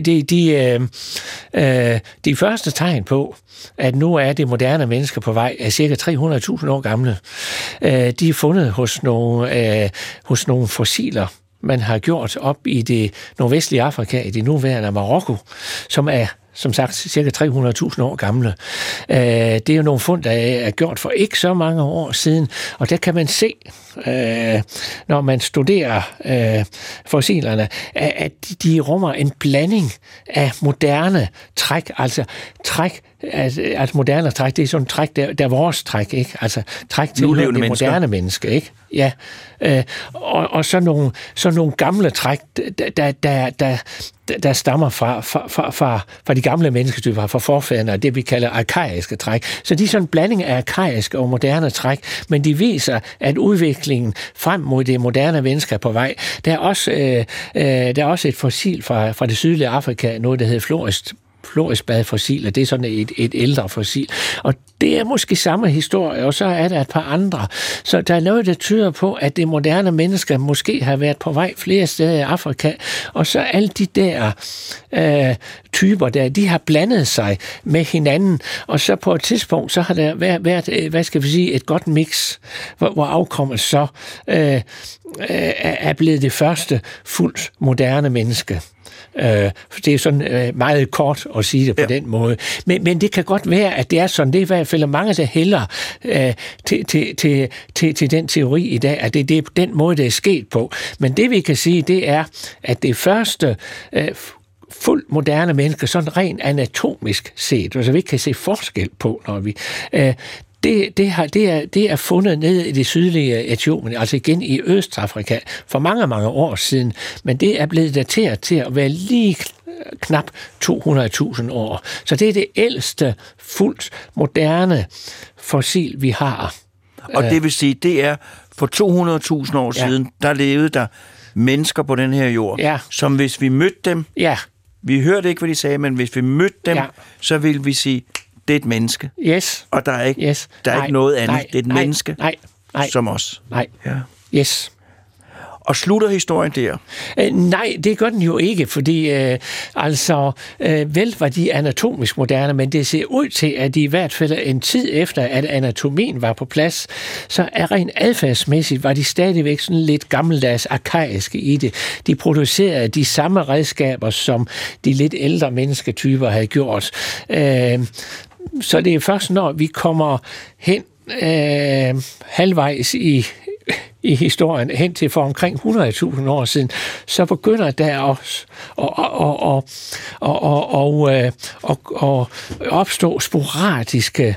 de første tegn på, at nu er det moderne mennesker på vej, er cirka 300.000 år gamle. De er fundet hos nogle fossiler, man har gjort op i det nordvestlige Afrika, i det nuværende Marokko, som er som sagt cirka 300.000 år gamle. Det er jo nogle fund, der er gjort for ikke så mange år siden, og der kan man se, når man studerer fossilerne, at de rummer en blanding af moderne træk, altså træk, altså moderne træk, det er sådan træk, der er vores træk, ikke? Altså træk til det moderne menneske, ikke? Ja. Og så nogle gamle træk, der stammer fra de gamle mennesketyper, fra forfædrene, og det vi kalder arkaiske træk. Så de er sådan en blanding af arkaiske og moderne træk, men de viser, at udviklingen frem mod det moderne menneske er på vej. Der er også et fossil fra det sydlige Afrika, noget der hedder Florisbadfossil, og det er sådan et ældre fossil. Og det er måske samme historie, og så er der et par andre. Så der er noget, der tyder på, at det moderne mennesker måske har været på vej flere steder i Afrika, og så alle de der typer der, de har blandet sig med hinanden, og så på et tidspunkt, så har der været hvad skal vi sige, et godt mix, hvor afkommet så er blevet det første fuldt moderne menneske. Det er sådan meget kort at sige det på den måde. Men det kan godt være, at det er sådan. Det er i hvert fald mange, der hælder til den teori i dag, at det er den måde, det er sket på. Men det vi kan sige, det er, at det første fuldt moderne mennesker, sådan rent anatomisk set, altså vi kan se forskel på, når vi... Det er fundet nede i det sydlige Etiopien, altså igen i Østafrika, for mange, mange år siden. Men det er blevet dateret til at være lige knap 200.000 år. Så det er det ældste fuldt moderne fossil, vi har. Og det vil sige, det er for 200.000 år siden, der levede der mennesker på den her jord, som hvis vi mødte dem, vi hørte ikke, hvad de sagde, men hvis vi mødte dem, så ville vi sige, det er et menneske. Yes. Og der er ikke, ikke noget andet. Det er et menneske som os. Nej. Ja. Yes. Og slutter historien der? Nej, det gør den jo ikke, fordi vel var de anatomisk moderne, men det ser ud til, at de i hvert fald en tid efter, at anatomien var på plads, så er rent adfærdsmæssigt, var de stadigvæk sådan lidt gammeldags arkaiske i det. De producerede de samme redskaber, som de lidt ældre mennesketyper havde gjort. Så det er først, når vi kommer hen halvvejs i historien, hen til for omkring 100.000 år siden, så begynder der også at opstå sporadiske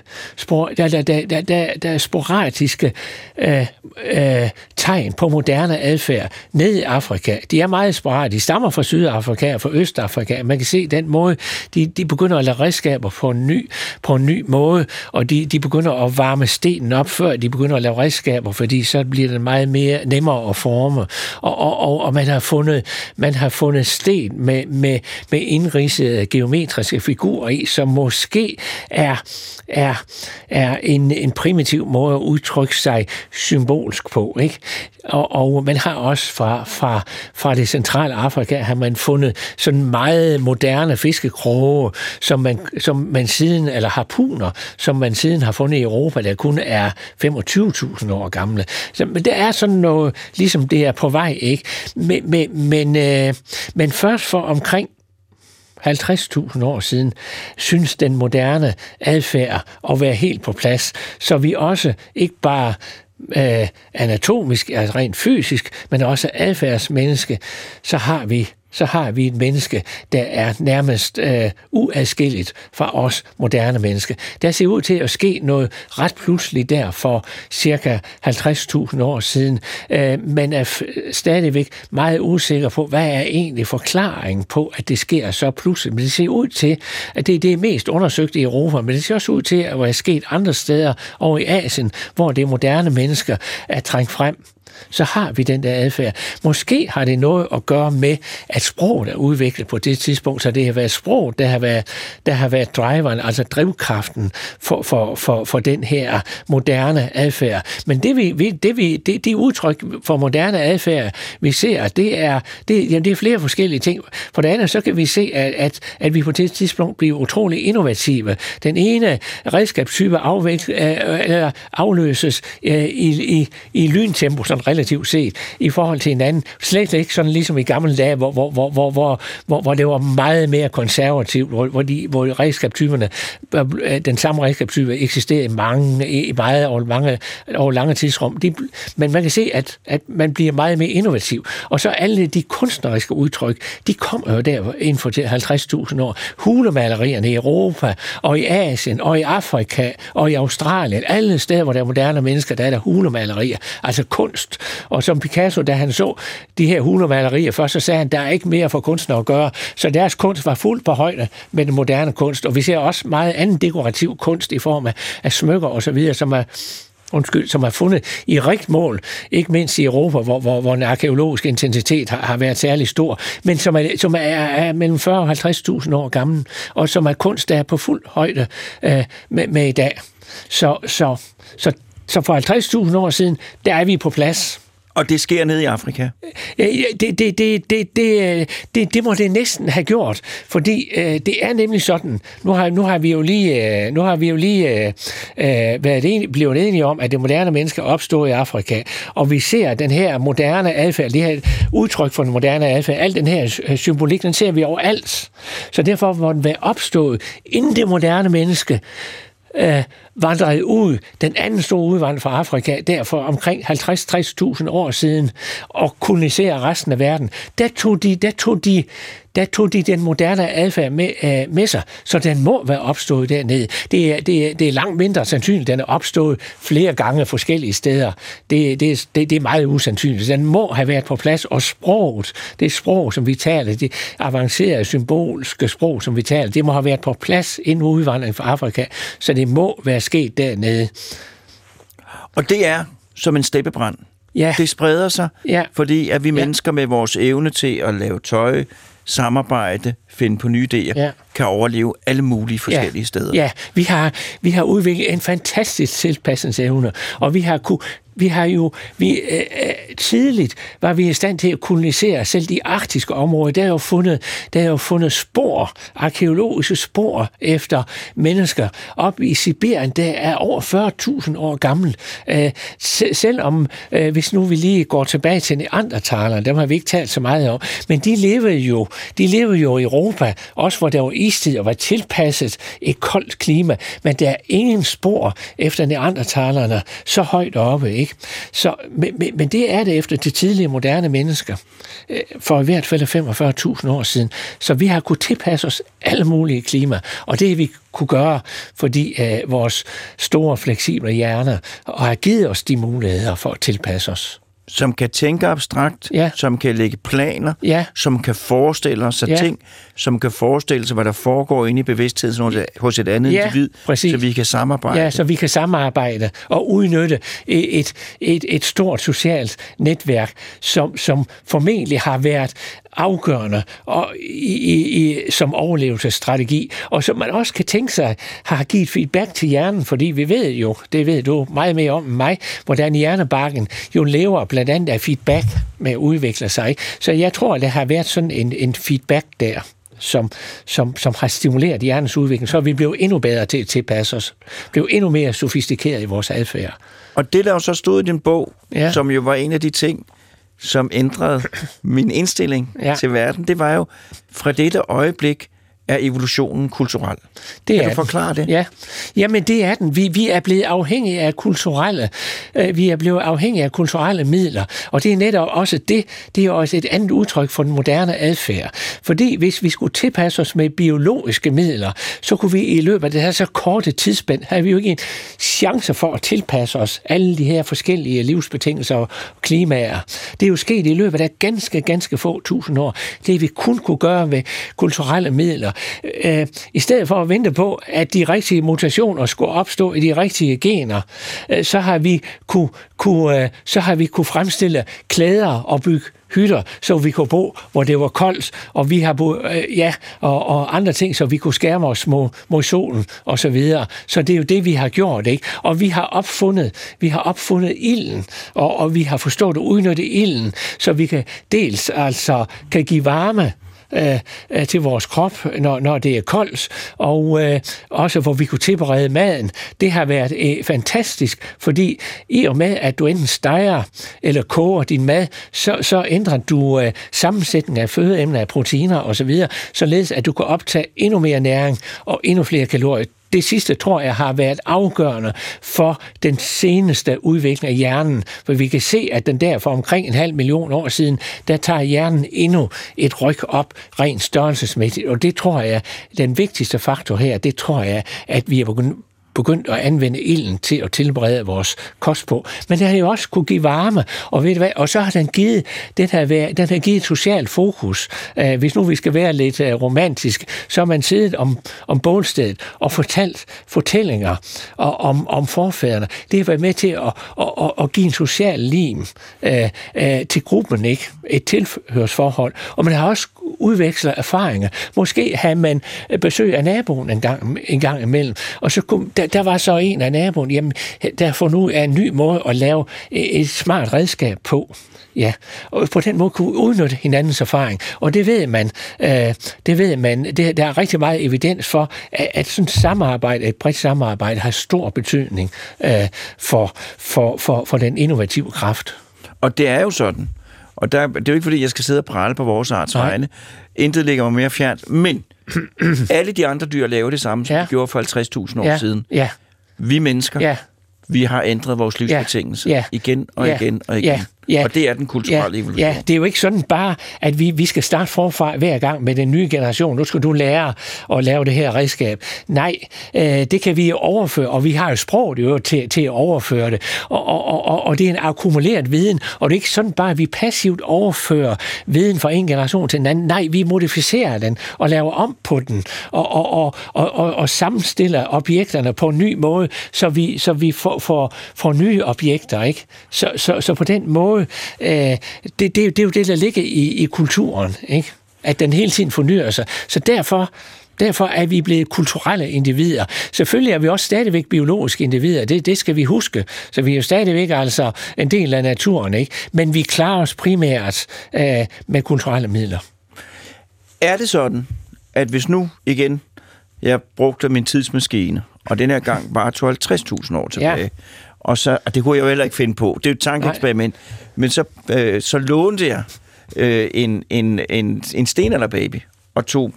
tegn på moderne adfærd nede i Afrika. De er meget sporadiske. De stammer fra Sydafrika og fra Østafrika. Man kan se den måde, de begynder at lave redskaber på en ny måde, og de begynder at varme stenen op, før de begynder at lave redskaber, fordi så bliver det meget mere nemmere at forme. Og man har fundet sten med indridsede geometriske figurer i, som måske er en primitiv måde at udtrykke sig symbolsk på, ikke? Og man har også fra det centrale Afrika har man fundet sådan meget moderne fiskekroge, som man siden, eller harpuner, som man siden har fundet i Europa, der kun er 25.000 år gamle. Men det er sådan noget, ligesom det er på vej, ikke? Men først for omkring 50.000 år siden, synes den moderne adfærd at være helt på plads, så vi også ikke bare anatomisk, altså rent fysisk, men også adfærdsmenneske, så har vi et menneske, der er nærmest uadskilligt fra os moderne mennesker. Der ser ud til at ske noget ret pludseligt der for cirka 50.000 år siden. Man er stadigvæk meget usikker på, hvad er egentlig forklaringen på, at det sker så pludseligt. Men det ser ud til, at det er mest undersøgt i Europa, men det ser også ud til at være sket andre steder over i Asien, hvor det moderne mennesker er trængt frem. Så har vi den der adfærd. Måske har det noget at gøre med, at sproget er udviklet på det tidspunkt, så det har været sproget, der har været driveren, altså drivkraften for den her moderne adfærd. Men det udtryk for moderne adfærd, vi ser, det er flere forskellige ting. For det andet, så kan vi se, at vi på det tidspunkt bliver utrolig innovative. Den ene redskabstype afløses i lyntempo, sådan relativt set, i forhold til hinanden. Slet ikke sådan ligesom i gamle dage, hvor det var meget mere konservativt, hvor redskabstyperne, den samme redskabstype eksisterede over lange tidsrum. Men man kan se, at man bliver meget mere innovativ. Og så alle de kunstneriske udtryk, de kommer jo der inden for 50.000 år. Hulemalerierne i Europa, og i Asien, og i Afrika, og i Australien, alle steder, hvor der er moderne mennesker, der er der hulemalerier, altså kunst. Og som Picasso, da han så de her hulemalerier først, så sagde han, der er ikke mere for kunstnere at gøre. Så deres kunst var fuldt på højde med den moderne kunst. Og vi ser også meget anden dekorativ kunst i form af smykker og så videre, som er fundet i rigt mål, ikke mindst i Europa, hvor den arkeologiske intensitet har været særlig stor, men som er mellem 40 og 50.000 år gammel, og som er kunst, der er på fuld højde med i dag. Så for 50.000 år siden, der er vi på plads. Og det sker nede i Afrika? Det må det næsten have gjort, fordi det er nemlig sådan. Nu har vi jo lige blevet enige om, at det moderne menneske opstod i Afrika, og vi ser den her moderne adfærd, det her udtryk for den moderne adfærd, al den her symbolik, den ser vi overalt. Så derfor må den være opstået inden det moderne menneske vandrede ud, den anden store udvandring fra Afrika, der for omkring 50-60.000 år siden, og koloniserede resten af verden. Der tog de den moderne adfærd med sig, så den må være opstået dernede. Det er langt mindre sandsynligt, den er opstået flere gange forskellige steder. Det er meget usandsynligt. Den må have været på plads, og sproget, det sprog, som vi taler, det avancerede symbolske sprog, som vi taler, det må have været på plads inden udvandringen fra Afrika, så det må være sket dernede. Og det er som en steppebrand. Ja. Det spreder sig, fordi at vi mennesker med vores evne til at lave tøj, samarbejde, finde på nye idéer, kan overleve alle mulige forskellige steder. Ja, vi har udviklet en fantastisk tilpasningsevne, og tidligt var vi i stand til at kolonisere selv de arktiske områder. Der er jo fundet spor, arkeologiske spor efter mennesker. Op i Sibirien, der er over 40.000 år gammel. Selvom, hvis nu vi lige går tilbage til neandertalerne, dem har vi ikke talt så meget om, men de levede jo i Europa, også hvor der var istid og var tilpasset et koldt klima, men der er ingen spor efter neandertalerne så højt oppe, ikke? Så, men det er det efter de tidlige moderne mennesker, for i hvert fald 45.000 år siden. Så vi har kunnet tilpasse os alle mulige klimaer, og det vi kunne gøre, fordi vores store, fleksible hjerner har givet os de muligheder for at tilpasse os. Som kan tænke abstrakt, som kan lægge planer, som kan forestille sig ting, som kan forestille sig, hvad der foregår inde i bevidstheden hos et andet individ, præcis. Så vi kan samarbejde. Ja, så vi kan samarbejde og udnytte et stort socialt netværk, som formentlig har været afgørende og som overlevelsesstrategi, og som man også kan tænke sig har givet feedback til hjernen, fordi vi ved jo, det ved du meget mere om end mig, hvordan hjernebarken jo lever blandt andet af feedback med at udvikle sig. Så jeg tror, at der har været sådan en feedback der, som har stimuleret hjernens udvikling, så er vi blevet endnu bedre til at tilpasse os, blevet endnu mere sofistikeret i vores adfærd. Og det, der jo så stod i din bog, som jo var en af de ting, som ændrede min indstilling til verden, det var jo, fra dette øjeblik er evolutionen kulturel. Kan du forklare det? Ja. Jamen, det er den. Vi er blevet afhængige af kulturelle midler, og det er netop også det er også et andet udtryk for den moderne adfærd. Fordi hvis vi skulle tilpasse os med biologiske midler, så kunne vi i løbet af det her så korte tidsspænd, havde vi jo ikke en chance for at tilpasse os alle de her forskellige livsbetingelser og klimaer. Det er jo sket i løbet af ganske få tusind år. Det vi kun kunne gøre ved kulturelle midler, i stedet for at vente på, at de rigtige mutationer skulle opstå i de rigtige gener, så har vi kunne fremstille klæder og bygge hytter, så vi kunne bo, hvor det var koldt, og vi har og andre ting, så vi kunne skærme os mod solen og så videre. Så det er jo det, vi har gjort, ikke? Og vi har opfundet ilden, og vi har forstået at udnytte ilden, så vi kan dels altså kan give varme til vores krop, når det er koldt, og også hvor vi kunne tilberede maden. Det har været fantastisk, fordi i og med, at du enten steger eller koger din mad, så ændrer du sammensætningen af fødeemner, af proteiner osv., således at du kan optage endnu mere næring og endnu flere kalorier. Det sidste, tror jeg, har været afgørende for den seneste udvikling af hjernen, for vi kan se, at den der for omkring 500.000 år siden, der tager hjernen endnu et ryk op rent størrelsesmæssigt, og det tror jeg, den vigtigste faktor her, det tror jeg, at vi er begyndt at anvende ilden til at tilberede vores kost på. Men den har jo også kunne give varme, og ved du hvad? Og så har den givet et socialt fokus. Hvis nu vi skal være lidt romantisk, så har man siddet om bålstedet og fortalt fortællinger om forfædrene. Det har været med til at give en social lim til gruppen, ikke? Et tilhørsforhold. Og man har også udvekslet erfaringer. Måske har man besøg af naboen en gang imellem, og så der var så en af naboen, jamen, der får nu en ny måde at lave et smart redskab på. Ja, og på den måde kunne udnytte hinandens erfaring. Og det ved man. Der er rigtig meget evidens for, at sådan et bredt samarbejde har stor betydning for den innovative kraft. Og det er jo sådan. Og det er jo ikke, fordi jeg skal sidde og prale på vores arts vegne. Intet ligger mig mere fjernt. Men alle de andre dyr laver det samme, som de gjorde for 50.000 år siden. Ja. Vi mennesker, vi har ændret vores livsbetingelser igen og igen og igen. Ja. Og det er den kulturelle evolution. Ja, det er jo ikke sådan bare, at vi skal starte forfra hver gang med den nye generation. Nu skal du lære at lave det her redskab. Nej, det kan vi overføre, og vi har jo sproget jo til at overføre det. Og det er en akkumuleret viden, og det er ikke sådan bare, at vi passivt overfører viden fra en generation til en anden. Nej, vi modificerer den og laver om på den, og sammenstiller objekterne på en ny måde, så vi får nye objekter, ikke? Så på den måde, det er jo det, der ligger i kulturen, ikke? At den hele tiden fornyer sig. Så derfor er vi blevet kulturelle individer. Selvfølgelig er vi også stadigvæk biologiske individer, det skal vi huske. Så vi er jo stadigvæk altså en del af naturen, ikke? Men vi klarer os primært med kulturelle midler. Er det sådan, at hvis nu igen, jeg brugte min tidsmaskine, og den her gang bare 50.000 år tilbage, og det kunne jeg jo heller ikke finde på. Det er jo et tankeeksperiment. Men så lånte jeg en stenalderbaby og tog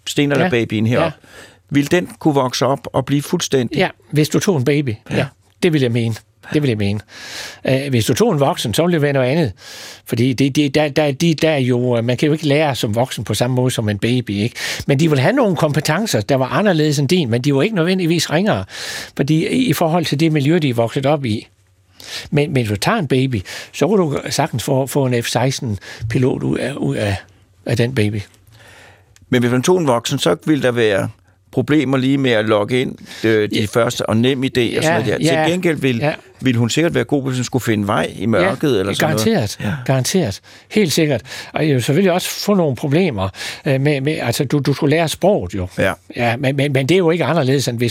stenalderbabyen herop, vil den kunne vokse op og blive fuldstændig? Ja, hvis du tog en baby. Ja, det vil jeg mene. Hvis du tog en voksen, så ville det være noget andet. Fordi der er jo, man kan jo ikke lære som voksen på samme måde som en baby, ikke? Men de vil have nogle kompetencer, der var anderledes end din, men de var ikke nødvendigvis ringere, fordi i forhold til det miljø, de er vokset op i. Men hvis du tager en baby, så kan du sagtens få en F-16-pilot ud af den baby. Men hvis man tog en voksen, så ville der være problemer lige med at logge ind de første, og nem idé og sådan noget der. Til gengæld ville hun sikkert være god, hvis hun skulle finde vej i mørket eller sådan noget. Garanteret. Helt sikkert. Og jeg selvfølgelig også få nogle problemer med altså du skulle lære sproget jo. Men det er jo ikke anderledes, end hvis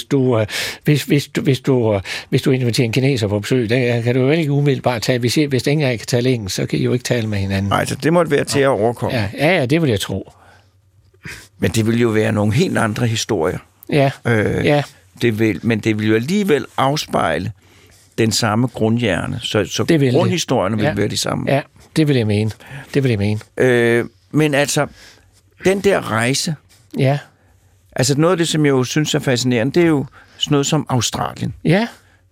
du inviterer en kineser på besøg. Det kan du jo ikke umiddelbart tage. Hvis ingen af jer kan tale engelsk, så kan I jo ikke tale med hinanden. Nej, så det måtte være til at overkomme. Ja, det vil jeg tro. Men det vil jo være nogle helt andre historier. Men det vil jo alligevel afspejle den samme grundhjerne. Så grundhistorierne vil være de samme. Ja, det vil jeg mene. Men altså, den der rejse... Ja. Altså noget af det, som jeg jo synes er fascinerende, det er jo sådan noget som Australien. Ja.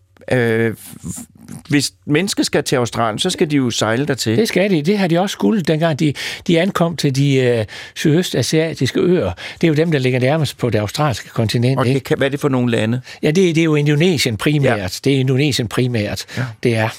Hvis mennesker skal til Australien, så skal de jo sejle dertil. Det skal de. Det har de også skulle, dengang de ankom til de sydøstasiatiske øer. Det er jo dem, der ligger nærmest på det australske kontinent. Og hvad er det for nogle lande? Ja, det er jo Indonesien primært. Ja. Det er Indonesien primært, det er.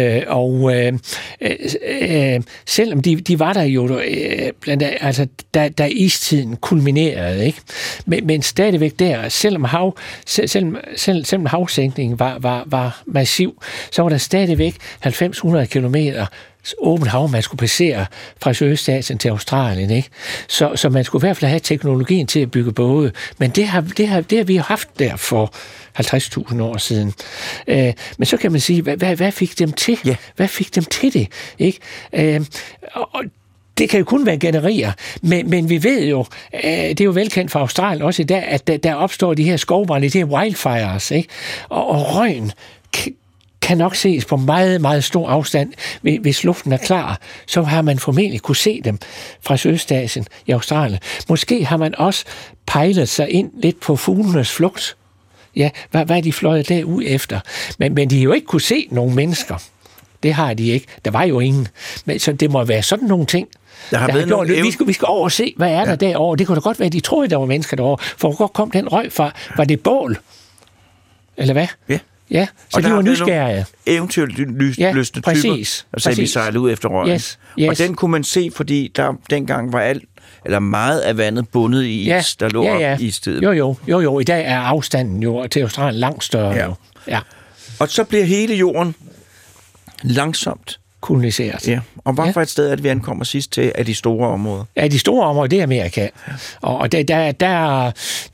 Selvom de var der jo, blandt andet, altså, da istiden kulminerede, ikke? Men stadigvæk der, selvom havsænkningen var massiv, så var der stadigvæk 90-100 kilometer åbent hav, man skulle passere fra Sydøstasien til Australien, ikke? Så man skulle i hvert fald have teknologien til at bygge både. Men det har vi jo haft der for 50.000 år siden. Men så kan man sige, hvad fik dem til? Yeah. Hvad fik dem til det? Ikke? Og det kan jo kun være gætterier, men vi ved jo, det er jo velkendt fra Australien også i dag, at der opstår de her skovbrande, de her wildfires, ikke? Og røgen kan nok ses på meget, meget stor afstand. Hvis luften er klar, så har man formentlig kunne se dem fra Sydøstasien i Australien. Måske har man også pejlet sig ind lidt på fuglenes flugt. Ja, hvad er de fløjet derud efter? Men de har jo ikke kunne se nogen mennesker. Det har de ikke. Der var jo ingen. Men så det må være sådan nogle ting, der har gjort det. Vi skal over og se, hvad er der derovre. Det kunne da godt være, at de troede, der var mennesker derovre. For hvor kom den røg fra? Var det bål? Eller hvad? Ja. Ja, så de var nysgerrige. Eventyrlystne typer, og så vi sejlede ud efter røgen. Yes. Og den kunne man se, fordi der dengang var meget af vandet bundet i is, der lå op i istiden. Jo. I dag er afstanden jo til Australien langt større. Ja. Og så bliver hele jorden langsomt koloniseret. Ja. Og hvad for et sted, at vi ankommer sidst til af de store områder? Ja, de store områder, det er Amerika. Og der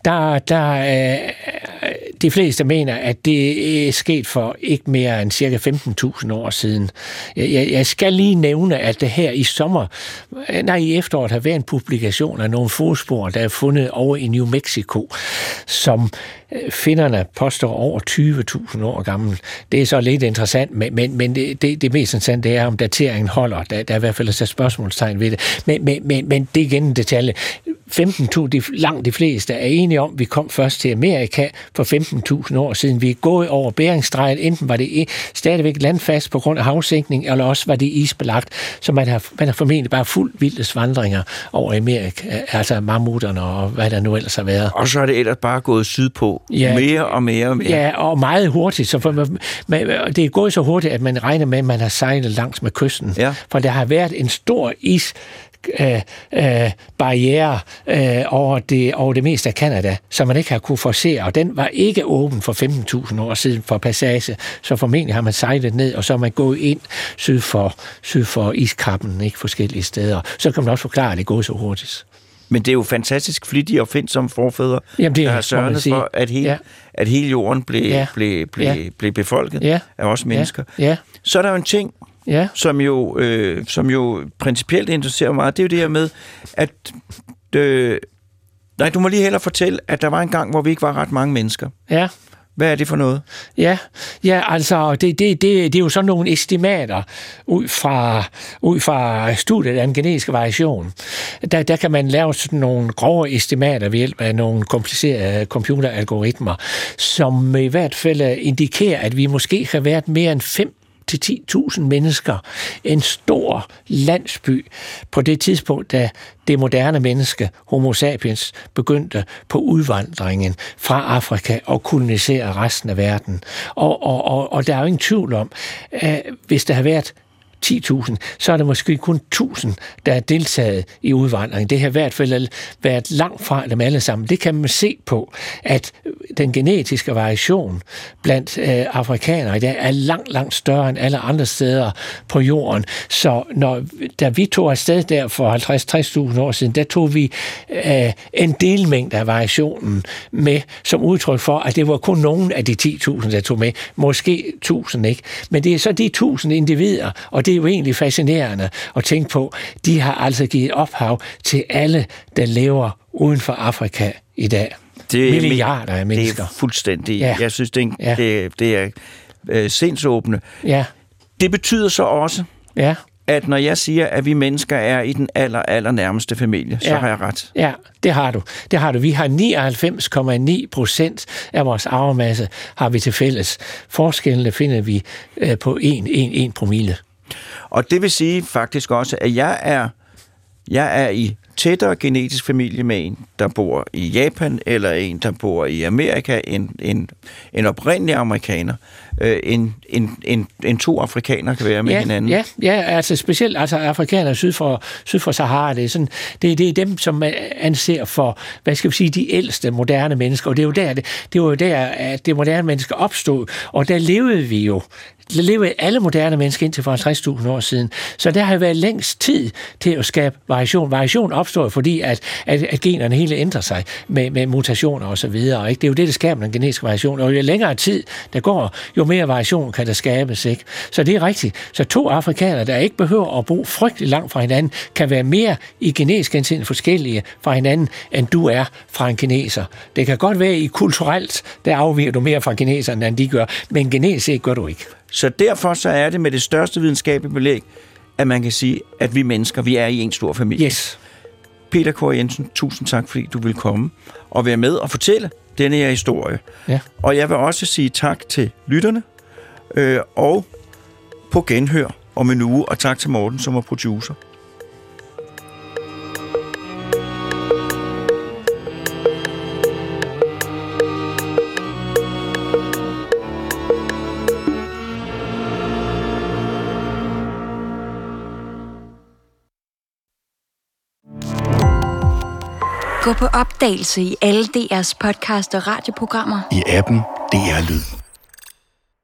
de fleste mener, at det er sket for ikke mere end cirka 15.000 år siden. Jeg skal lige nævne, at det her i efteråret har været en publikation af nogle fodspor, der er fundet over i New Mexico, som finderne påstår over 20.000 år gammel. Det er så lidt interessant, men det mest interessante er, om dateringen holder. Der er i hvert fald et spørgsmålstegn ved det. Men det er igen en detalje. 15.000, langt de fleste er enige om, at vi kom først til Amerika for 15.000 år siden. Vi er gået over Beringstrædet. Enten var det stadigvæk landfast på grund af havsænkning, eller også var det isbelagt. Så man har formentlig bare fuldt vildtes vandringer over Amerika, altså mammutterne og hvad der nu ellers har været. Og så er det ellers bare gået sydpå. Mere og mere. Ja, og meget hurtigt. Så det er gået så hurtigt, at man regner med, at man har sejlet langs med kysten. Ja. For der har været en stor barriere over det meste af Canada, som man ikke har kunne forcere, og den var ikke åben for 15.000 år siden for passage, så formentlig har man sejlet ned, og så er man gået ind syd for iskappen, ikke forskellige steder. Så kan man også forklare, at det går så hurtigt. Men det er jo fantastisk flittige og findsomme forfædre, der har sørget for, at hele jorden blev befolket af os mennesker. Ja. Så er der jo en ting, som jo principielt interesserer mig meget, det er jo det her med, at du må lige hellere fortælle, at der var en gang, hvor vi ikke var ret mange mennesker. Ja. Hvad er det for noget? Ja, altså det er jo sådan nogle estimater ud fra studiet af den genetiske variation. Der kan man lave sådan nogle grove estimater ved hjælp af nogle komplicerede computeralgoritmer, som i hvert fald indikerer, at vi måske har været mere end 5 til 10.000 mennesker, en stor landsby på det tidspunkt, da det moderne menneske, Homo sapiens, begyndte på udvandringen fra Afrika og kolonisere resten af verden. Og der er jo ingen tvivl om, at hvis der har været 10.000, så er det måske kun 1.000, der er deltaget i udvandringen. Det har i hvert fald været langt fra dem alle sammen. Det kan man se på, at den genetiske variation blandt afrikanere i dag er langt større end alle andre steder på jorden. Så da vi tog afsted der for 50-60.000 år siden, der tog vi en delmængde af variationen med, som udtryk for, at det var kun nogen af de 10.000, der tog med. Måske 1.000, ikke? Men det er så de 1.000 individer, og det er jo egentlig fascinerende at tænke på. De har altså givet ophav til alle, der lever uden for Afrika i dag. Milliarder af mennesker. Det er fuldstændig. Ja. Jeg synes, det er sindsåbne. Ja. Det betyder så også, ja. at når jeg siger, at vi mennesker er i den aller nærmeste familie, så har jeg ret. Ja, det har du. Vi har 99,9% af vores arvemasse har vi til fælles. Forskellene finder vi på 1 promille. Og det vil sige faktisk også, at jeg er i tættere genetisk familie med en, der bor i Japan, eller en, der bor i Amerika, en oprindelig amerikaner, en to afrikanere kan være med hinanden. Ja, altså specielt altså afrikanere syd for Sahara, det er dem, som man anser for, hvad skal vi sige, de ældste moderne mennesker, og det var jo der, at det moderne mennesker opstod, og der levede alle moderne mennesker indtil for 50.000 år siden. Så der har været længst tid til at skabe variation. Variation opstår, fordi at generne hele ændrer sig med mutationer og så videre. Ikke? Det er jo det, der skaber den genetiske variation. Og jo længere tid der går, jo mere variation kan der skabes. Ikke? Så det er rigtigt. Så 2 afrikanere, der ikke behøver at bo frygtelig langt fra hinanden, kan være mere i genetisk henseende forskellige fra hinanden, end du er fra en kineser. Det kan godt være, i kulturelt, der afviger du mere fra kineserne, end de gør, men genetisk gør du ikke. Så derfor så er det med det største videnskabelige belæg, at man kan sige, at vi mennesker, vi er i en stor familie. Yes. Peter Kåre Jensen, tusind tak, fordi du vil komme og være med og fortælle denne her historie. Ja. Og jeg vil også sige tak til lytterne, og på genhør om en uge, og tak til Morten, som er producer. Gå på opdagelse i alle DR's podcast og radioprogrammer. I appen DR Lyd.